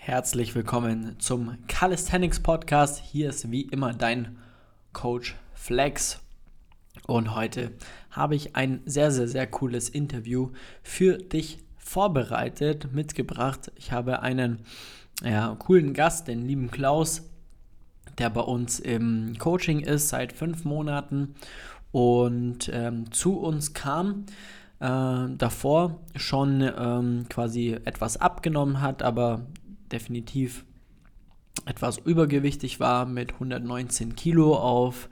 herzlich willkommen zum Calisthenics Podcast. Hier ist wie immer dein Coach Flex und heute habe ich ein sehr, sehr, sehr cooles Interview für dich mitgebracht. Ich habe einen coolen Gast, den lieben Klaus, der bei uns im Coaching ist seit 5 Monaten und zu uns kam, davor schon quasi etwas abgenommen hat, aber definitiv etwas übergewichtig war mit 119 Kilo auf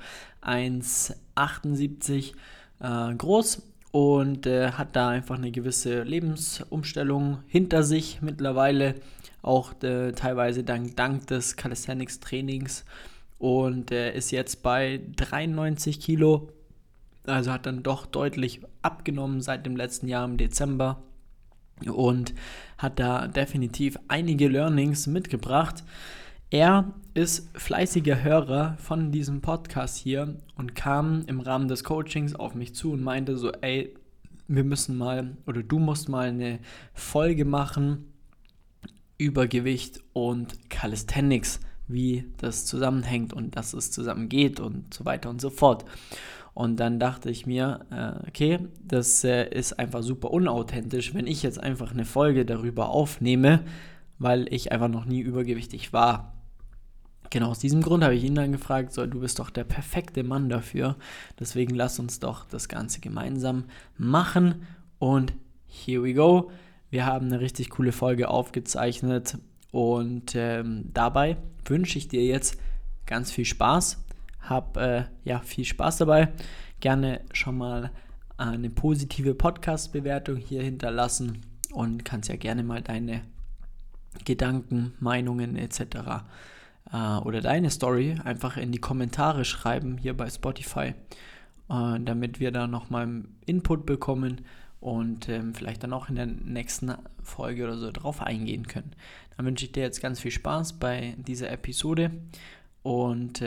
1,78 groß und hat da einfach eine gewisse Lebensumstellung hinter sich mittlerweile, auch teilweise dank des Calisthenics Trainings und ist jetzt bei 93 Kilo, also hat dann doch deutlich abgenommen seit dem letzten Jahr im Dezember und hat da definitiv einige Learnings mitgebracht. Er ist fleißiger Hörer von diesem Podcast hier und kam im Rahmen des Coachings auf mich zu und meinte so, ey, wir müssen mal oder du musst mal eine Folge machen über Gewicht und Calisthenics, wie das zusammenhängt und dass es zusammengeht und so weiter und so fort. Und dann dachte ich mir, okay, das ist einfach super unauthentisch, wenn ich jetzt einfach eine Folge darüber aufnehme, weil ich einfach noch nie übergewichtig war. Genau aus diesem Grund habe ich ihn dann gefragt, so, du bist doch der perfekte Mann dafür, deswegen lass uns doch das Ganze gemeinsam machen und here we go. Wir haben eine richtig coole Folge aufgezeichnet und dabei wünsche ich dir jetzt ganz viel Spaß. Hab viel Spaß dabei. Gerne schon mal eine positive Podcast-Bewertung hier hinterlassen und kannst ja gerne mal deine Gedanken, Meinungen etc. Oder deine Story einfach in die Kommentare schreiben hier bei Spotify, damit wir da nochmal Input bekommen und vielleicht dann auch in der nächsten Folge oder so drauf eingehen können. Dann wünsche ich dir jetzt ganz viel Spaß bei dieser Episode und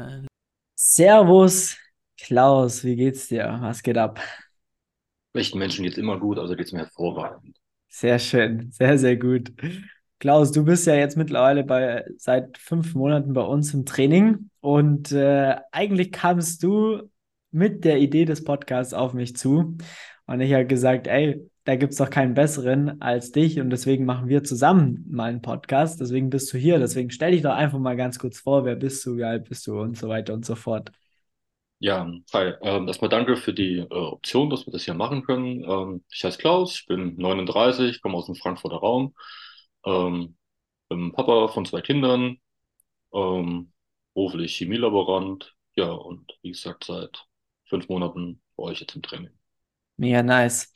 Servus, Klaus, wie geht's dir? Was geht ab? Echten Menschen geht's immer gut, also geht's mir hervorragend. Sehr schön, sehr, sehr gut. Klaus, du bist ja jetzt mittlerweile seit 5 Monaten bei uns im Training und eigentlich kamst du mit der Idee des Podcasts auf mich zu und ich habe gesagt, ey, da gibt es doch keinen besseren als dich und deswegen machen wir zusammen mal einen Podcast, deswegen bist du hier, deswegen stell dich doch einfach mal ganz kurz vor, wer bist du, wie alt bist du und so weiter und so fort. Ja, hi. Erstmal danke für die Option, dass wir das hier machen können. Ich heiße Klaus, ich bin 39, komme aus dem Frankfurter Raum, ähm, bin Papa von 2 Kindern, ähm, beruflich Chemielaborant, ja, und wie gesagt, seit 5 Monaten bei euch jetzt im Training. Mega nice.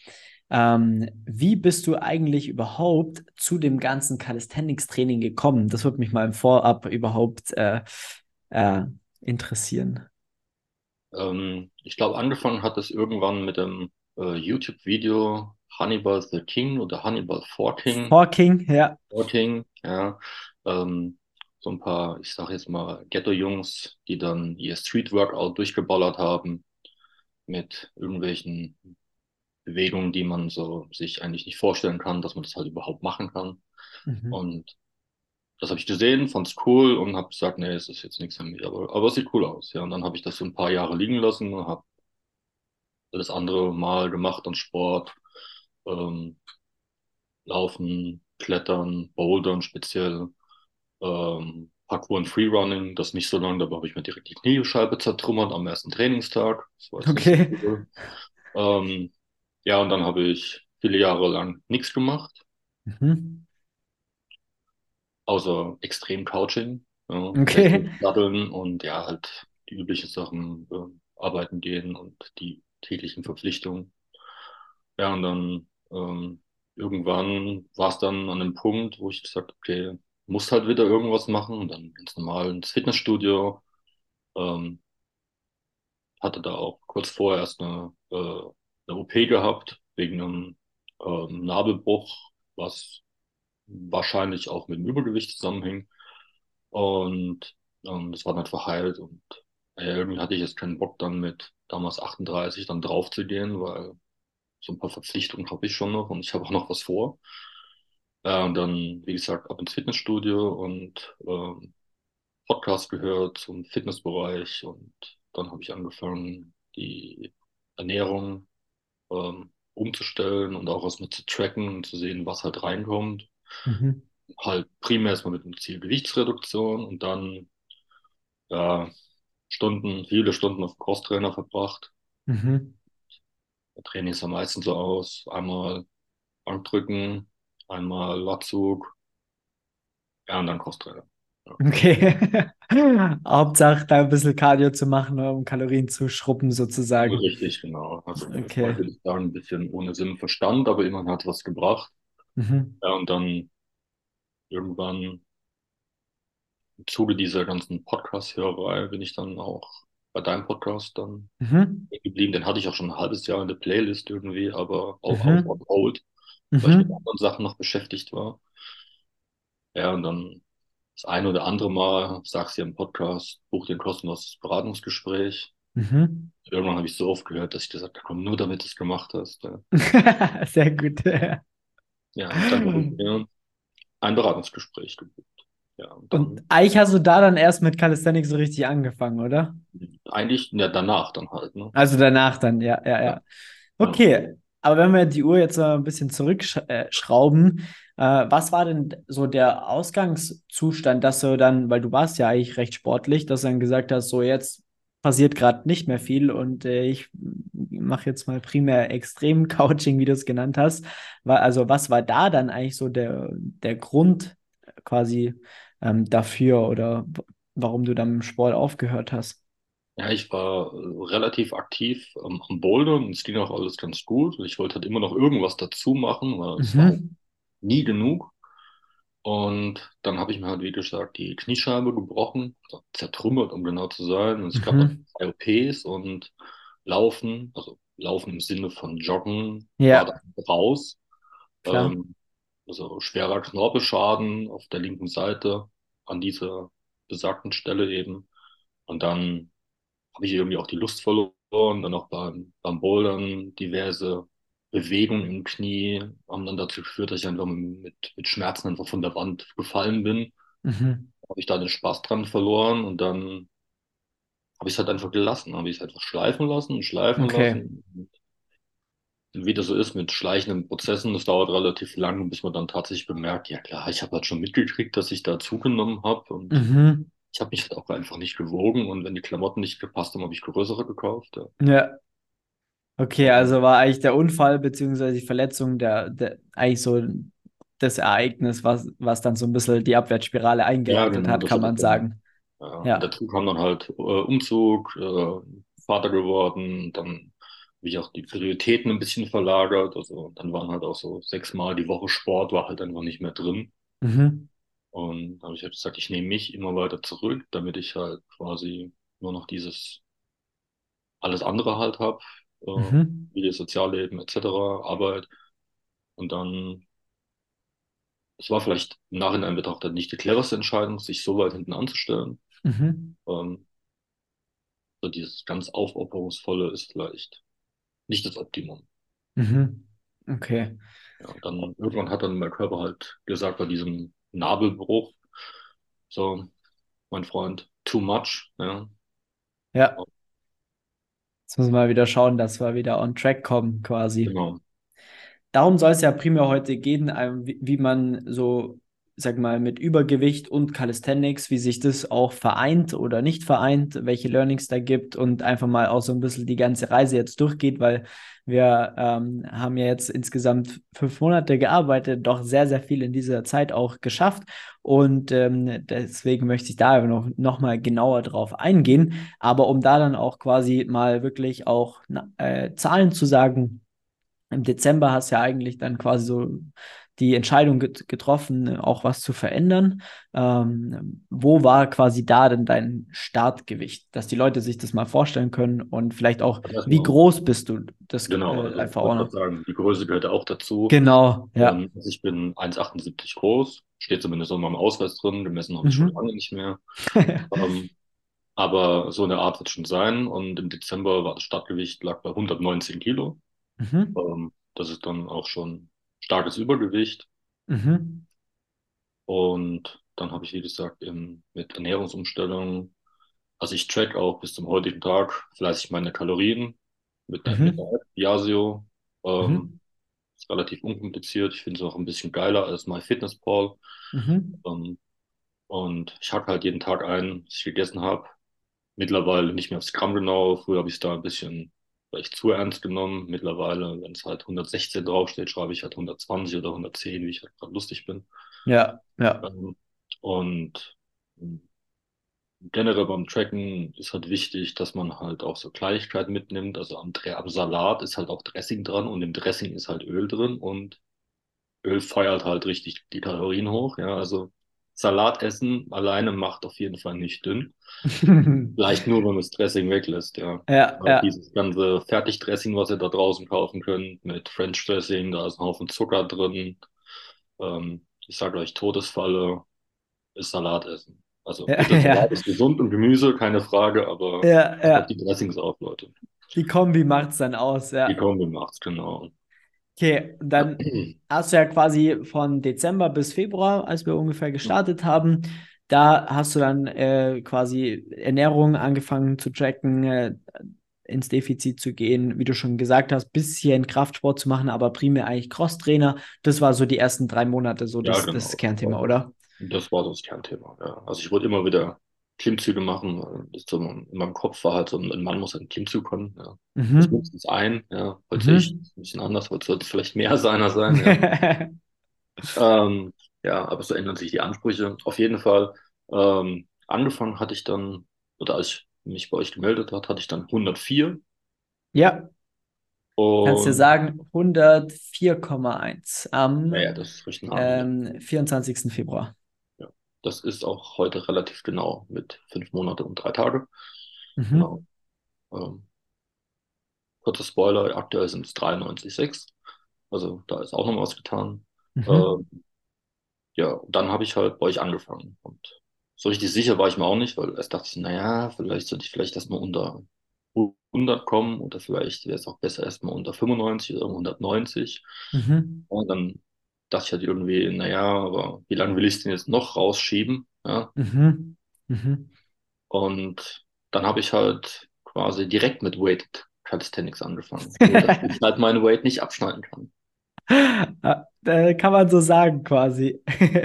Wie bist du eigentlich überhaupt zu dem ganzen Calisthenics-Training gekommen? Das würde mich mal im Vorab überhaupt äh, interessieren. Ich glaube, angefangen hat es irgendwann mit dem YouTube-Video Hannibal the King oder Hannibal Forking. Hawking, ja. Outing, ja. Ähm, so ein paar, ich sag jetzt mal, Ghetto-Jungs, die dann ihr Street-Workout durchgeballert haben mit irgendwelchen Bewegungen, die man so sich eigentlich nicht vorstellen kann, dass man das halt überhaupt machen kann. Mhm. Und das habe ich gesehen, fand's cool und habe gesagt, nee, es ist jetzt nichts für mich, aber es sieht cool aus. Ja, und dann habe ich das so ein paar Jahre liegen lassen und habe alles andere mal gemacht an Sport, ähm, Laufen, Klettern, Bouldern speziell. Parkour und Freerunning, das nicht so lang, dabei habe ich mir direkt die Kniescheibe zertrümmert am ersten Trainingstag. Das war jetzt nicht so Okay. cool. Ähm, ja, und dann habe ich viele Jahre lang nichts gemacht, Mhm. außer extrem Couching, ja, Okay. Deadlift, Daddeln und ja, halt die üblichen Sachen, arbeiten gehen und die täglichen Verpflichtungen. Ja, und dann irgendwann war es dann an einem Punkt, wo ich gesagt, okay, muss halt wieder irgendwas machen und dann ganz normal ins Fitnessstudio. Ähm, hatte da auch kurz vorher erst eine OP gehabt, wegen einem Nabelbruch, was wahrscheinlich auch mit dem Übergewicht zusammenhing. Und das war dann verheilt und irgendwie hatte ich jetzt keinen Bock dann mit damals 38 dann drauf zu gehen, weil so ein paar Verpflichtungen habe ich schon noch und ich habe auch noch was vor. Ja, und dann, wie gesagt, ab ins Fitnessstudio und Podcast gehört zum Fitnessbereich und dann habe ich angefangen, die Ernährung umzustellen und auch erstmal zu tracken und zu sehen, was halt reinkommt. Mhm. Halt primär erstmal mit dem Ziel Gewichtsreduktion und dann ja, viele Stunden auf dem Crosstrainer verbracht. Mhm. Der Training sah meistens so aus, einmal Bankdrücken, einmal Latzug, ja, und dann Crosstrainer. Ja. Okay. Hauptsache da ein bisschen Cardio zu machen, um Kalorien zu schrubben, sozusagen. Richtig, genau. Also das war, Okay. würde ich sagen, ein bisschen ohne Sinn und Verstand, aber immerhin hat was gebracht. Mhm. Ja, und dann irgendwann im Zuge dieser ganzen Podcast-Hörerei bin ich dann auch bei deinem Podcast dann Mhm. geblieben. Den hatte ich auch schon ein halbes Jahr in der Playlist irgendwie, aber auch on Mhm. hold, weil ich mit Mhm. anderen Sachen noch beschäftigt war. Ja, und dann das eine oder andere Mal sagst du ja im Podcast, buch dir ein kostenloses Beratungsgespräch. Mhm. Irgendwann habe ich so oft gehört, dass ich gesagt habe, komm, nur damit du es gemacht hast. Ja, Sehr gut. ja und dann habe ich mir ein Beratungsgespräch gebucht. Ja, und Und dann eigentlich hast du da dann erst mit Calisthenics so richtig angefangen, oder? eigentlich, ja, danach dann halt, ne? Also danach dann, ja, ja, Ja, ja. ja. Okay, aber wenn wir die Uhr jetzt ein bisschen zurückschrauben, was war denn so der Ausgangszustand, dass du dann, weil du warst ja eigentlich recht sportlich, dass du dann gesagt hast, so jetzt passiert gerade nicht mehr viel und ich mache jetzt mal primär Extrem-Couching, wie du es genannt hast. Also was war da dann eigentlich so der Grund quasi dafür oder warum du dann im Sport aufgehört hast? Ja, ich war relativ aktiv am Bouldern und es ging auch alles ganz gut. Und ich wollte halt immer noch irgendwas dazu machen, weil es war halt Mhm. nie genug. Und dann habe ich mir halt, wie gesagt, die Kniescheibe gebrochen, also zertrümmert, um genau zu sein. Und es gab dann Mhm. 2 OPs und Laufen, also Laufen im Sinne von Joggen, war Ja, dann raus. klar. Ähm, also schwerer Knorpelschaden auf der linken Seite an dieser besagten Stelle eben. Und dann habe ich irgendwie auch die Lust verloren, dann auch beim Bouldern diverse Bewegungen im Knie haben dann dazu geführt, dass ich einfach mit Schmerzen einfach von der Wand gefallen bin. Mhm. Habe ich da den Spaß dran verloren und dann habe ich es halt einfach gelassen, habe ich es einfach schleifen lassen und schleifen Okay. lassen. Und wie das so ist mit schleichenden Prozessen, das dauert relativ lang, bis man dann tatsächlich bemerkt, ja klar, ich habe halt schon mitgekriegt, dass ich da zugenommen habe und Mhm. ich habe mich halt auch einfach nicht gewogen und wenn die Klamotten nicht gepasst haben, habe ich größere gekauft. Ja. Ja. Okay, Und, also war eigentlich der Unfall beziehungsweise die Verletzung eigentlich so das Ereignis, was dann so ein bisschen die Abwärtsspirale ja, eingeleitet genau, hat, das kann hat es man dann. sagen. Ja. Und Ja. dazu kam dann halt Umzug, Vater geworden, dann habe ich auch die Prioritäten ein bisschen verlagert. Also dann waren halt auch so 6-mal die Woche Sport, war halt einfach nicht mehr drin. Mhm. Und dann habe ich halt gesagt, ich nehme mich immer weiter zurück, damit ich halt quasi nur noch dieses alles andere halt habe, Mhm. wie das Sozialleben etc., Arbeit. Und dann, es war vielleicht im Nachhinein betrachtet nicht die cleverste Entscheidung, sich so weit hinten anzustellen. Mhm. Ähm, so dieses ganz Aufopferungsvolle ist vielleicht nicht das Optimum. Mhm. Okay. Ja, und dann irgendwann hat dann mein Körper halt gesagt, bei diesem Nabelbruch, so, mein Freund, too much, ja. Ja. Jetzt müssen wir mal wieder schauen, dass wir wieder on track kommen, quasi. Genau. Darum soll es ja primär heute gehen, wie man so, sag mal, mit Übergewicht und Calisthenics, wie sich das auch vereint oder nicht vereint, welche Learnings da gibt und einfach mal auch so ein bisschen die ganze Reise jetzt durchgeht, weil wir haben ja jetzt insgesamt 5 Monate gearbeitet, doch sehr, sehr viel in dieser Zeit auch geschafft und deswegen möchte ich da noch mal genauer drauf eingehen, aber um da dann auch quasi mal wirklich auch Zahlen zu sagen. Im Dezember hast du ja eigentlich dann quasi so die Entscheidung getroffen, auch was zu verändern. Wo war quasi da denn dein Startgewicht, dass die Leute sich das mal vorstellen können und vielleicht auch, Also wie erstmal, groß bist du? Das genau, also ich einfach auch wollte noch. gerade sagen, die Größe gehört auch dazu. Genau, ja. Also ich bin 1,78 groß, steht zumindest in meinem Ausweis drin, gemessen habe ich schon Mhm. lange nicht mehr. Ähm, aber so eine Art wird schon sein. Und im Dezember war das Startgewicht lag bei 119 Kilo. Mhm. Das ist dann auch schon starkes Übergewicht. Mhm. Und dann habe ich, wie gesagt, mit Ernährungsumstellung, also ich track auch bis zum heutigen Tag fleißig meine Kalorien mit der Mhm. App Yasio. Ähm, Mhm. ist relativ unkompliziert. Ich finde es auch ein bisschen geiler als MyFitnessPal. Mhm. Ähm, und ich hacke halt jeden Tag ein, was ich gegessen habe. Mittlerweile nicht mehr aufs Gramm genau. Früher habe ich es da ein bisschen vielleicht zu ernst genommen. Mittlerweile, wenn es halt 116 draufsteht, schreibe ich halt 120 oder 110, wie ich halt gerade lustig bin. Ja, ja. Ähm, und generell beim Tracken ist halt wichtig, dass man halt auch so Kleinigkeiten mitnimmt. Also am Salat ist halt auch Dressing dran und im Dressing ist halt Öl drin und Öl feuert halt richtig die Kalorien hoch. Ja, also Salat essen alleine macht auf jeden Fall nicht dünn. Vielleicht nur, wenn man das Dressing weglässt, ja. Ja, Aber ja. dieses ganze Fertigdressing, was ihr da draußen kaufen könnt, mit French Dressing, da ist ein Haufen Zucker drin. Ich sage euch, Todesfalle ist Salat essen. Also Ja, bitte, Salat ja. ist gesund und Gemüse, keine Frage, aber Ja, auf ja. die Dressings auf, Leute. Die Kombi macht's dann aus, Die ja. Kombi macht's, genau. Okay, und dann hast du ja quasi von Dezember bis Februar, als wir ungefähr gestartet haben, da hast du dann quasi Ernährung angefangen zu tracken, ins Defizit zu gehen, wie du schon gesagt hast, bisschen Kraftsport zu machen, aber primär eigentlich Crosstrainer. Das war so die ersten 3 Monate, so Ja, das genau. Kernthema, oder? Das war so das Kernthema, ja. Also ich wollte immer wieder Klimmzüge machen. Weil das so in meinem Kopf war halt so, ein Mann muss einen Klimmzug können, ja. Das Mhm. mindestens ein, ja. Heute sehe ich Mhm. es ein bisschen anders, heute sollte es vielleicht mehr als einer sein, ja. Ähm, ja, aber so ändern sich die Ansprüche. Auf jeden Fall, angefangen hatte ich dann, oder als ich mich bei euch gemeldet hat, hatte ich dann 104 Ja, kannst du und sagen, 104,1 naja, am das ist richtig nah. 24. Februar. Ja. Das ist auch heute relativ genau mit 5 Monate und 3 Tage. Genau. Mhm. Ähm, kurzer Spoiler, aktuell sind es 93,6. Also da ist auch noch was getan. Mhm. Ähm, ja, und dann habe ich halt bei euch angefangen. Und so richtig sicher war ich mir auch nicht, weil erst dachte ich, naja, vielleicht sollte ich vielleicht erstmal unter 100 kommen oder vielleicht wäre es auch besser erstmal unter 95 oder 190. Mhm. Und dann dachte ich halt irgendwie, naja, aber wie lange will ich es denn jetzt noch rausschieben? Ja, Mhm. Mhm. und dann habe ich halt quasi direkt mit Weighted Calisthenics angefangen. Nur, dass ich halt meine Weight nicht abschneiden kann. Kann man so sagen, quasi.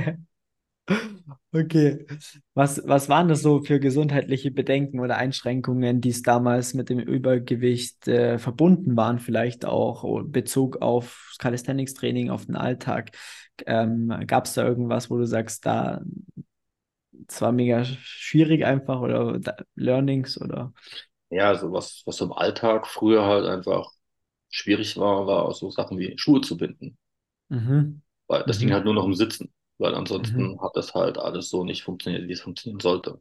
Okay. Was waren das so für gesundheitliche Bedenken oder Einschränkungen, die es damals mit dem Übergewicht verbunden waren, vielleicht auch Bezug auf Calisthenics-Training, auf den Alltag? Gab es da irgendwas, wo du sagst, da es war mega schwierig einfach oder Learnings oder? Ja, also was im Alltag früher halt einfach schwierig war, war so Sachen wie Schuhe zu binden. Mhm. Weil das ging halt Mhm. nur noch um Sitzen. Weil ansonsten Mhm. hat das halt alles so nicht funktioniert, wie es funktionieren sollte.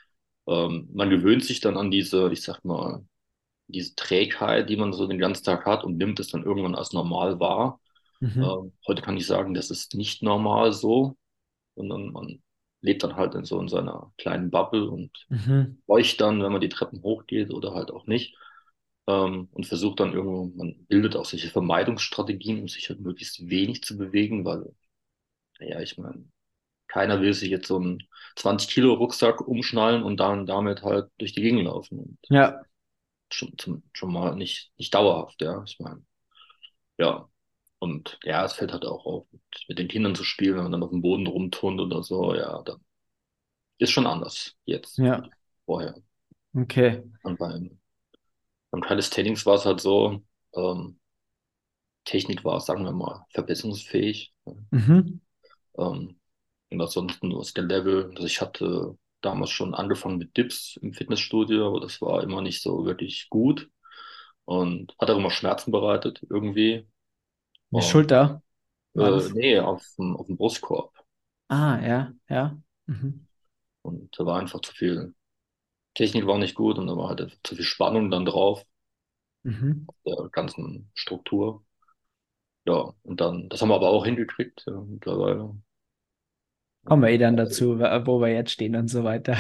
Man gewöhnt sich dann an diese, ich sag mal, diese Trägheit, die man so den ganzen Tag hat und nimmt es dann irgendwann als normal wahr. Mhm. Heute kann ich sagen, das ist nicht normal so, sondern man lebt dann halt in seiner kleinen Bubble und Mhm. euch dann, wenn man die Treppen hochgeht oder halt auch nicht. Und versucht dann irgendwo, man bildet auch solche Vermeidungsstrategien, um sich halt möglichst wenig zu bewegen, weil, naja, ich meine, keiner will sich jetzt so einen 20 Kilo Rucksack umschnallen und dann damit halt durch die Gegend laufen. Und Ja, schon mal nicht dauerhaft, ja. Ich meine, ja. Und ja, es fällt halt auch auf, mit den Kindern zu spielen, wenn man dann auf dem Boden rumturnt oder so, ja, dann ist schon anders jetzt ja, wie vorher. okay. Und beim Calisthenics war es halt so, ähm, Technik war, sagen wir mal, verbesserungsfähig. Mhm. Ähm, und ansonsten was der Level. Also ich hatte damals schon angefangen mit Dips im Fitnessstudio, aber das war immer nicht so wirklich gut und hat auch immer Schmerzen bereitet irgendwie. Die Und Schulter war das? nee, auf dem Brustkorb. Ah, ja, ja. Mhm. Und da war einfach zu viel, Technik war nicht gut und da war halt einfach zu viel Spannung dann drauf, Mhm. der ganzen Struktur. Ja, und dann, das haben wir aber auch hingekriegt, ja, mittlerweile. Kommen wir Und eh dann dazu, wo wir jetzt stehen und so weiter.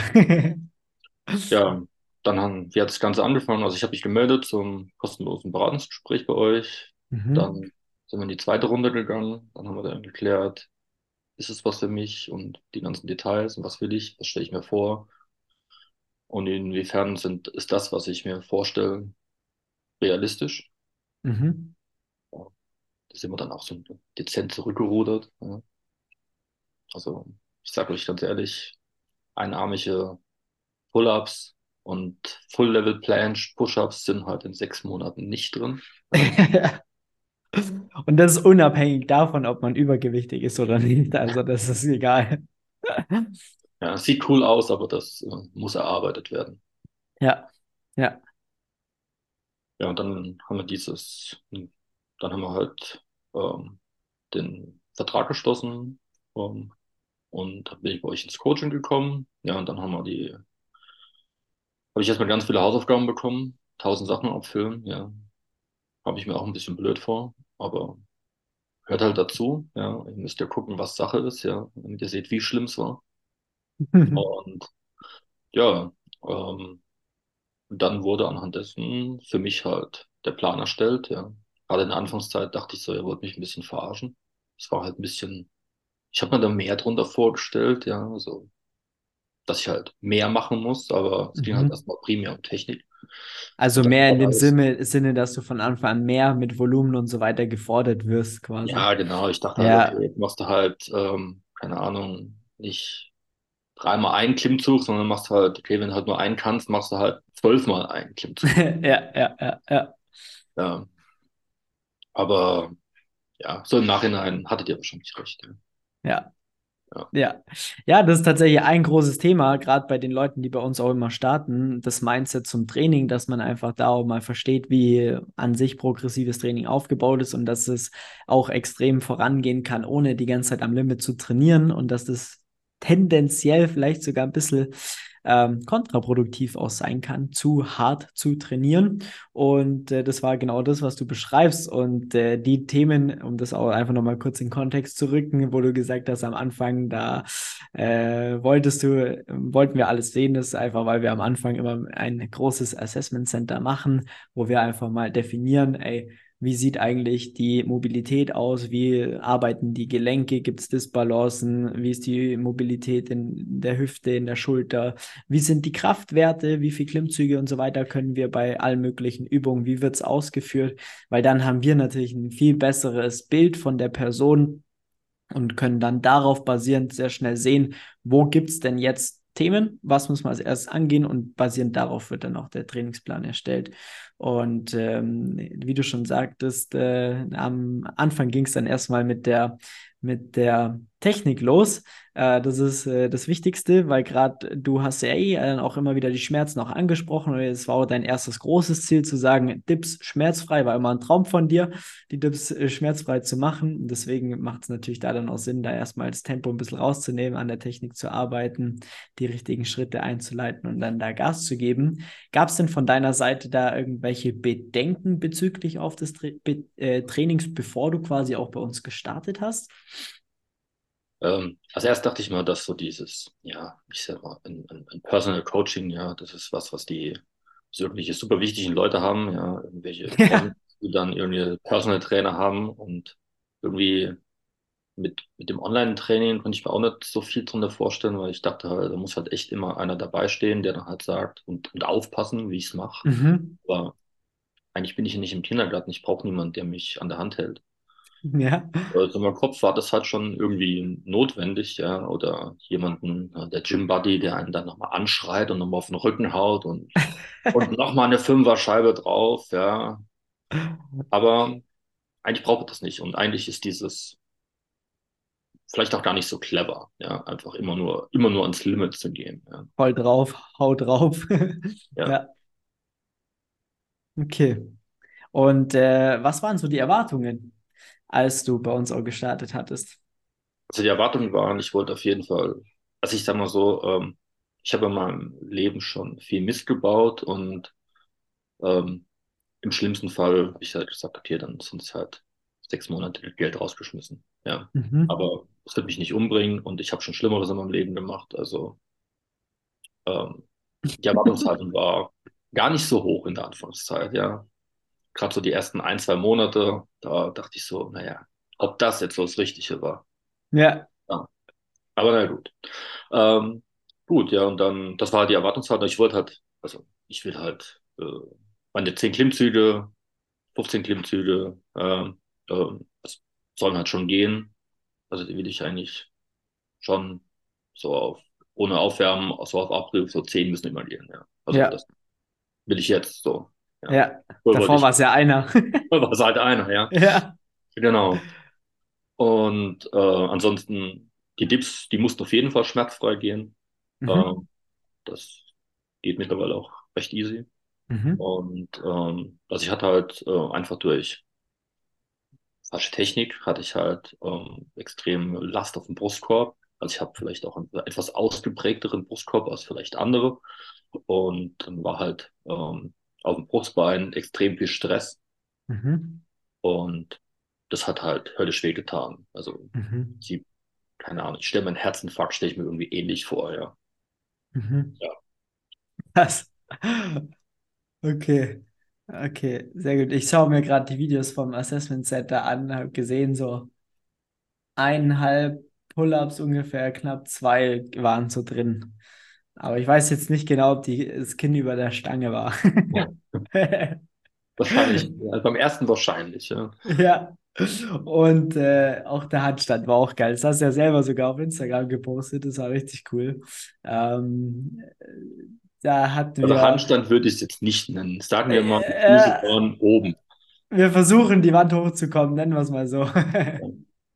ja, dann wie hat das Ganze angefangen? Also ich habe mich gemeldet zum kostenlosen Beratungsgespräch bei euch. Mhm. Dann sind wir in die zweite Runde gegangen. Dann haben wir dann geklärt. ist es was für mich und die ganzen Details und was will ich, was stelle ich mir vor und inwiefern ist das, was ich mir vorstelle, realistisch. Mhm. Ja, da sind wir dann auch so dezent zurückgerudert. Ja. Also ich sage euch ganz ehrlich, einarmige Pull-ups und Full-Level Planche Push-ups sind halt in 6 Monaten nicht drin. Ja. Und das ist unabhängig davon, ob man übergewichtig ist oder nicht. Also das ist egal. Ja, es sieht cool aus, aber das muss erarbeitet werden. Ja, ja. Ja, und dann haben wir halt ähm, den Vertrag geschlossen und dann bin ich bei euch ins Coaching gekommen. Ja, und dann habe ich erstmal ganz viele Hausaufgaben bekommen, 1000 Sachen abfüllen. Ja, habe ich mir auch ein bisschen blöd vor, aber hört halt dazu. Ja, ihr müsst ja gucken, was Sache ist. Ja, damit ihr seht, wie schlimm es war. Und ja, und dann wurde anhand dessen für mich halt der Plan erstellt. Ja, gerade in der Anfangszeit dachte ich so, ihr wollt mich ein bisschen verarschen. Es war halt ein bisschen, ich habe mir da mehr drunter vorgestellt. Ja, also dass ich halt mehr machen muss, aber es ging halt Mhm. erstmal primär um Technik. Also Und das ist mehr in dann dem alles, Sinne, dass du von Anfang an mehr mit Volumen und so weiter gefordert wirst, quasi. ja, genau. Ich dachte halt, okay, Ja. jetzt machst du halt, keine Ahnung, nicht dreimal einen Klimmzug, sondern machst halt, okay, wenn du halt nur einen kannst, machst du halt 12-mal einen Klimmzug. Ja, ja, ja, ja, Ja, aber ja, so im Nachhinein hattet ihr wahrscheinlich recht. Ja, ja. ja. Ja, ja, das ist tatsächlich ein großes Thema, gerade bei den Leuten, die bei uns auch immer starten, das Mindset zum Training, dass man einfach da auch mal versteht, wie an sich progressives Training aufgebaut ist und dass es auch extrem vorangehen kann, ohne die ganze Zeit am Limit zu trainieren und dass das tendenziell vielleicht sogar ein bisschen kontraproduktiv auch sein kann, zu hart zu trainieren. Und das war genau das, was du beschreibst. Und die Themen, um das auch einfach nochmal kurz in Kontext zu rücken, wo du gesagt hast, am Anfang, da wollten wir alles sehen, das ist einfach, weil wir am Anfang immer ein großes Assessment Center machen, wo wir einfach mal definieren, ey, wie sieht eigentlich die Mobilität aus? Wie arbeiten die Gelenke? Gibt es Disbalancen? Wie ist die Mobilität in der Hüfte, in der Schulter? Wie sind die Kraftwerte? Wie viele Klimmzüge und so weiter können wir bei allen möglichen Übungen? Wie wird es ausgeführt? Weil dann haben wir natürlich ein viel besseres Bild von der Person und können dann darauf basierend sehr schnell sehen, wo gibt es denn jetzt Themen, was muss man als erstes angehen und basierend darauf wird dann auch der Trainingsplan erstellt. Und wie du schon sagtest, am Anfang ging es dann erstmal mit der Technik los. Das ist das Wichtigste, weil gerade du hast ja auch immer wieder die Schmerzen auch angesprochen und es war auch dein erstes großes Ziel zu sagen, Dips schmerzfrei, war immer ein Traum von dir, die Dips schmerzfrei zu machen. Deswegen macht es natürlich da dann auch Sinn, da erstmal das Tempo ein bisschen rauszunehmen, an der Technik zu arbeiten, die richtigen Schritte einzuleiten und dann da Gas zu geben. Gab es denn von deiner Seite da irgendwelche Bedenken bezüglich auf das Trainings, bevor du quasi auch bei uns gestartet hast? Als erst dachte ich mal, dass so dieses, ja, ich sag mal, ein Personal Coaching, ja, das ist was die so irgendwelche super wichtigen Leute haben, ja, irgendwelche Promis, Ja. die dann irgendwie Personal Trainer haben und irgendwie mit dem Online-Training konnte ich mir auch nicht so viel drunter vorstellen, weil ich dachte halt, da muss halt echt immer einer dabei stehen, der dann halt sagt und aufpassen, wie ich es mache. Mhm. Aber eigentlich bin ich ja nicht im Kindergarten, ich brauche niemanden, der mich an der Hand hält. Ja. Also in meinem Kopf war das halt schon irgendwie notwendig, ja, oder jemanden, der Gym Buddy, der einen dann nochmal anschreit und nochmal auf den Rücken haut und nochmal eine Fünfer-Scheibe drauf, ja. Aber eigentlich braucht man das nicht und eigentlich ist dieses vielleicht auch gar nicht so clever, ja, einfach immer nur ans Limit zu gehen, ja. Voll drauf, hau drauf. Ja. Ja, okay. Und was waren so die Erwartungen, als du bei uns auch gestartet hattest? Also die Erwartungen waren, ich wollte auf jeden Fall, also ich sag mal so, ich habe in meinem Leben schon viel Mist gebaut und ähm, im schlimmsten Fall habe ich halt gesagt, okay, dann sind es halt 6 Monate Geld rausgeschmissen. Ja. Mhm. Aber es wird mich nicht umbringen und ich habe schon Schlimmeres in meinem Leben gemacht. Also ähm, die Erwartungshaltung war gar nicht so hoch in der Anfangszeit, ja. Gerade so die ersten 1, 2 Monate, da dachte ich so, naja, ob das jetzt so das Richtige war. Ja, Ja. Aber na gut. Ähm, gut, ja, und dann, das war halt die Erwartungshaltung. Ich wollte halt, also ich will halt meine 10 Klimmzüge, 15 Klimmzüge, das sollen halt schon gehen. Also die will ich eigentlich schon so auf, ohne Aufwärmen, so auf Abrieb, so 10 müssen immer gehen, ja. Also Ja, das will ich jetzt so, ja. ja. So wollte Davor war ich, es ja einer. war es halt einer, ja. Ja. Genau. Und ansonsten, die Dips, die mussten auf jeden Fall schmerzfrei gehen. Mhm. Ähm, das geht mittlerweile auch recht easy. Mhm. Und also ich hatte halt einfach durch falsche Technik, hatte ich halt extrem Last auf dem Brustkorb. Also ich habe vielleicht auch einen etwas ausgeprägteren Brustkorb als vielleicht andere. Und dann war halt auf dem Brustbein extrem viel Stress. Mhm. Und das hat halt höllisch wehgetan. Also Mhm. sie, keine Ahnung, ich stelle meinen Herzinfarkt, stelle ich mir irgendwie ähnlich vor, ja. Mhm. Ja, Das. Okay. Okay, sehr gut. Ich schaue mir gerade die Videos vom Assessment Center an, habe gesehen, so 1,5 Pull-ups ungefähr, knapp 2 waren so drin. Aber ich weiß jetzt nicht genau, ob das Kinn über der Stange war. ja. Wahrscheinlich, ja, beim ersten wahrscheinlich, ja. Ja. Und auch der Handstand war auch geil. Das hast du ja selber sogar auf Instagram gepostet. Das war richtig cool. Da hatten Also wir, Handstand würde ich es jetzt nicht nennen. Sagen wir mal, die Füße äh, waren oben. wir versuchen, die Wand hochzukommen, nennen wir es mal so. Ja,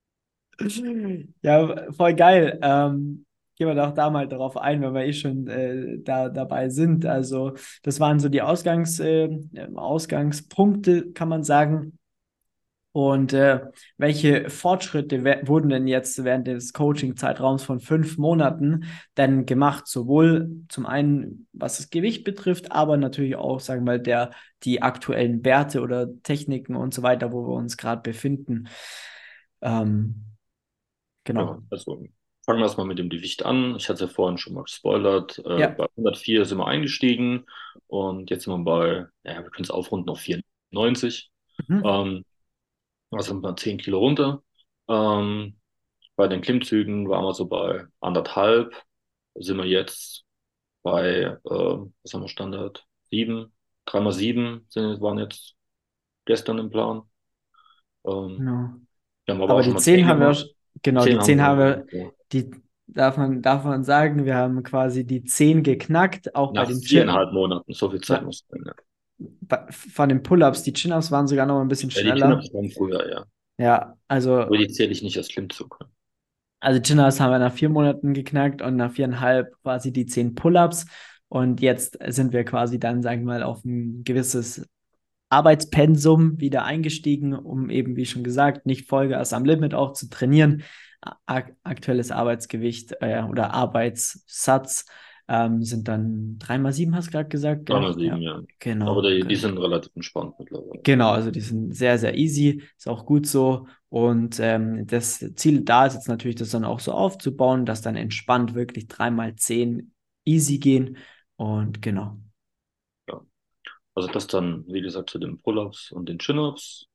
Ja, voll geil. Gehen wir doch da mal drauf ein, wenn wir eh schon da dabei sind. Also, das waren so die Ausgangspunkte, kann man sagen. Und welche Fortschritte wurden denn jetzt während des Coaching-Zeitraums von 5 Monaten denn gemacht? Sowohl zum einen, was das Gewicht betrifft, aber natürlich auch, sagen wir mal, die aktuellen Werte oder Techniken und so weiter, wo wir uns gerade befinden. Ähm, ja, genau. also fangen wir erstmal mit dem Gewicht an. Ich hatte es ja vorhin schon mal gespoilert. Ja. Bei 104 sind wir eingestiegen und jetzt sind wir bei, ja, wir können es aufrunden auf 94. Mhm. Ähm, also sind wir 10 Kilo runter. Ähm, bei den Klimmzügen waren wir so bei 1,5. Sind wir jetzt bei, was haben wir Standard? 7. 3x7 waren jetzt gestern im Plan. Ähm, Genau. wir haben aber Aber auch schon die mal 10 10 haben wir, gemacht. genau, die 10 haben 10 haben wir wir, ja, die darf man sagen, wir haben quasi die 10 geknackt, auch bei nach den viereinhalb Monaten. So viel Zeit na, muss sein. Ja, von den Pull-ups, die Chin-ups waren sogar noch ein bisschen ja die schneller. Chin-Ups kamen früher, ja. Ja, Aber also, die zähle ich nicht als Klimmzug. also Chin-ups haben wir nach 4 Monaten geknackt und nach 4,5 quasi die 10 Pull-ups. Und jetzt sind wir quasi dann, sagen wir mal, auf ein gewisses Arbeitspensum wieder eingestiegen, um eben, wie schon gesagt, nicht Vollgas am Limit auch zu trainieren. Aktuelles Arbeitsgewicht oder Arbeitssatz sind dann 3x7, hast du gerade gesagt, gell? 3x7, Ja, ja. Aber genau. die sind relativ entspannt mittlerweile. Genau, also die sind sehr, sehr easy, ist auch gut so. Und das Ziel da ist jetzt natürlich, das dann auch so aufzubauen, dass dann entspannt wirklich 3x10 easy gehen. Und genau. Ja. Also das dann, wie gesagt, zu den Pull-ups und den Chin-ups.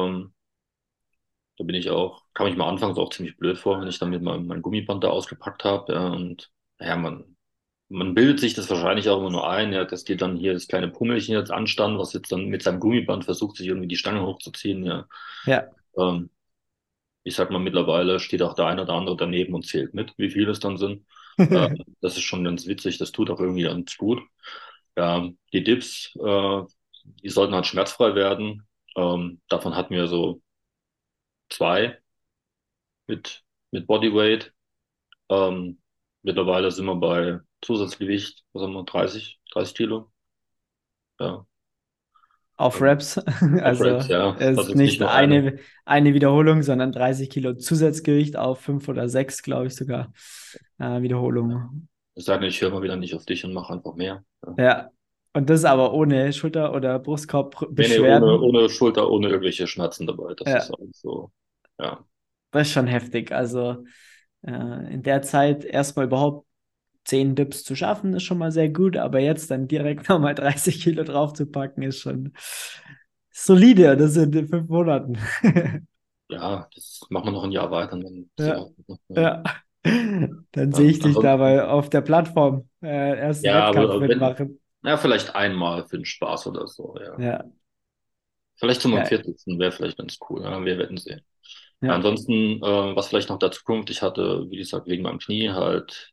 Da bin ich auch, kam ich mir anfangs auch ziemlich blöd vor, wenn ich dann mit meinem Gummiband da ausgepackt habe. Ja, und naja, man bildet sich das wahrscheinlich auch immer nur ein, ja, dass dir dann hier das kleine Pummelchen jetzt anstand, was jetzt dann mit seinem Gummiband versucht, sich irgendwie die Stange hochzuziehen. Ja. Ja. Ähm, ich sag mal, mittlerweile steht auch der eine oder andere daneben und zählt mit, wie viele es dann sind. Das ist schon ganz witzig, das tut auch irgendwie ganz gut. Ja, die Dips, die sollten halt schmerzfrei werden. Davon hatten wir so zwei mit, mit Bodyweight. Ähm, mittlerweile sind wir bei Zusatzgewicht, was haben wir, 30 Kilo. Ja, Auf ähm, Reps. auf Also Reps, ja. es Also ist jetzt nicht nicht nur eine. eine Wiederholung, sondern 30 Kilo Zusatzgewicht auf 5 oder 6, glaube ich sogar. Wiederholungen. Ich sage, ich höre mal wieder nicht auf dich und mache einfach mehr. Ja. Ja. Und das aber ohne Schulter- oder Nee, nee, ohne, Brustkorbbeschwerden. ohne Schulter, ohne irgendwelche Schmerzen dabei. Das ist Ja, alles so, ja. das ist schon heftig. Also in der Zeit erstmal überhaupt 10 Dips zu schaffen, ist schon mal sehr gut, aber jetzt dann direkt nochmal 30 Kilo draufzupacken, ist schon solide. Das sind in 5 Monaten. Ja, das machen wir noch ein Jahr weiter und dann ist ja Ja, auch noch, ja. ja. Dann sehe Ja, ich dich ansonsten, dabei auf der Plattform ersten ja, Wettkampf aber wenn, mitmachen. ja, vielleicht einmal für den Spaß oder so, ja. Ja, Vielleicht zum geil. 40. wäre vielleicht ganz cool, ja, wir werden sehen. Ja, Ja. ansonsten, was vielleicht noch dazu kommt, ich hatte, wie gesagt, wegen meinem Knie halt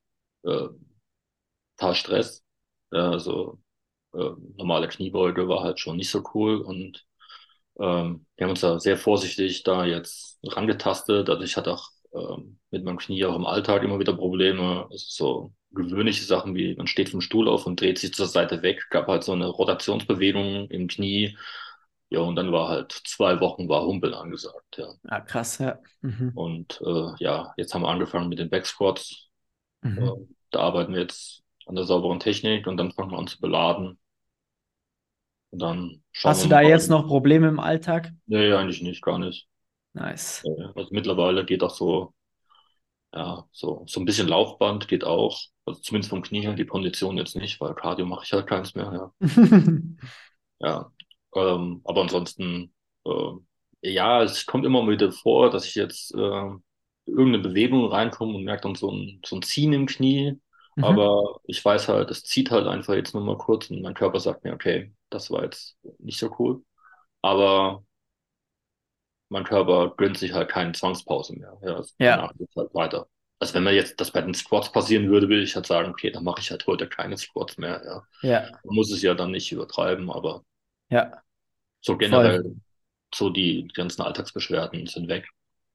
paar Stress. Ja, also normale Kniebeuge war halt schon nicht so cool und wir haben uns da sehr vorsichtig da jetzt rangetastet. Also ich hatte auch mit meinem Knie auch im Alltag immer wieder Probleme. Also so gewöhnliche Sachen wie man steht vom Stuhl auf und dreht sich zur Seite weg, gab halt so eine Rotationsbewegung im Knie. Ja, und dann war halt 2 Wochen war Humpeln angesagt, ja. Ah, krass, ja. Mhm. Und ja, jetzt haben wir angefangen mit den Backsquats. Mhm. Da arbeiten wir jetzt an der sauberen Technik und dann fangen wir an zu beladen. Und dann schauen Hast wir du da mal. jetzt noch Probleme im Alltag? Nee, eigentlich nicht, gar nicht. Nice. Also mittlerweile geht auch so, ja, so ein bisschen Laufband geht auch. Also zumindest vom Knie her, die Kondition jetzt nicht, weil Cardio mache ich halt keins mehr, ja. Ja. Aber ansonsten, ja, es kommt immer wieder vor, dass ich jetzt irgendeine Bewegung reinkomme und merke dann so ein Ziehen im Knie. Mhm. Aber ich weiß halt, es zieht halt einfach jetzt nur mal kurz und mein Körper sagt mir, okay, das war jetzt nicht so cool. Aber mein Körper gönnt sich halt keine Zwangspause mehr. Ja, also Ja, danach geht's halt weiter. Also wenn mir jetzt das bei den Squats passieren würde, würde ich halt sagen, okay, dann mache ich halt heute keine Squats mehr. Ja. ja, Man muss es ja dann nicht übertreiben, aber ja, so voll. generell, so die ganzen Alltagsbeschwerden sind weg.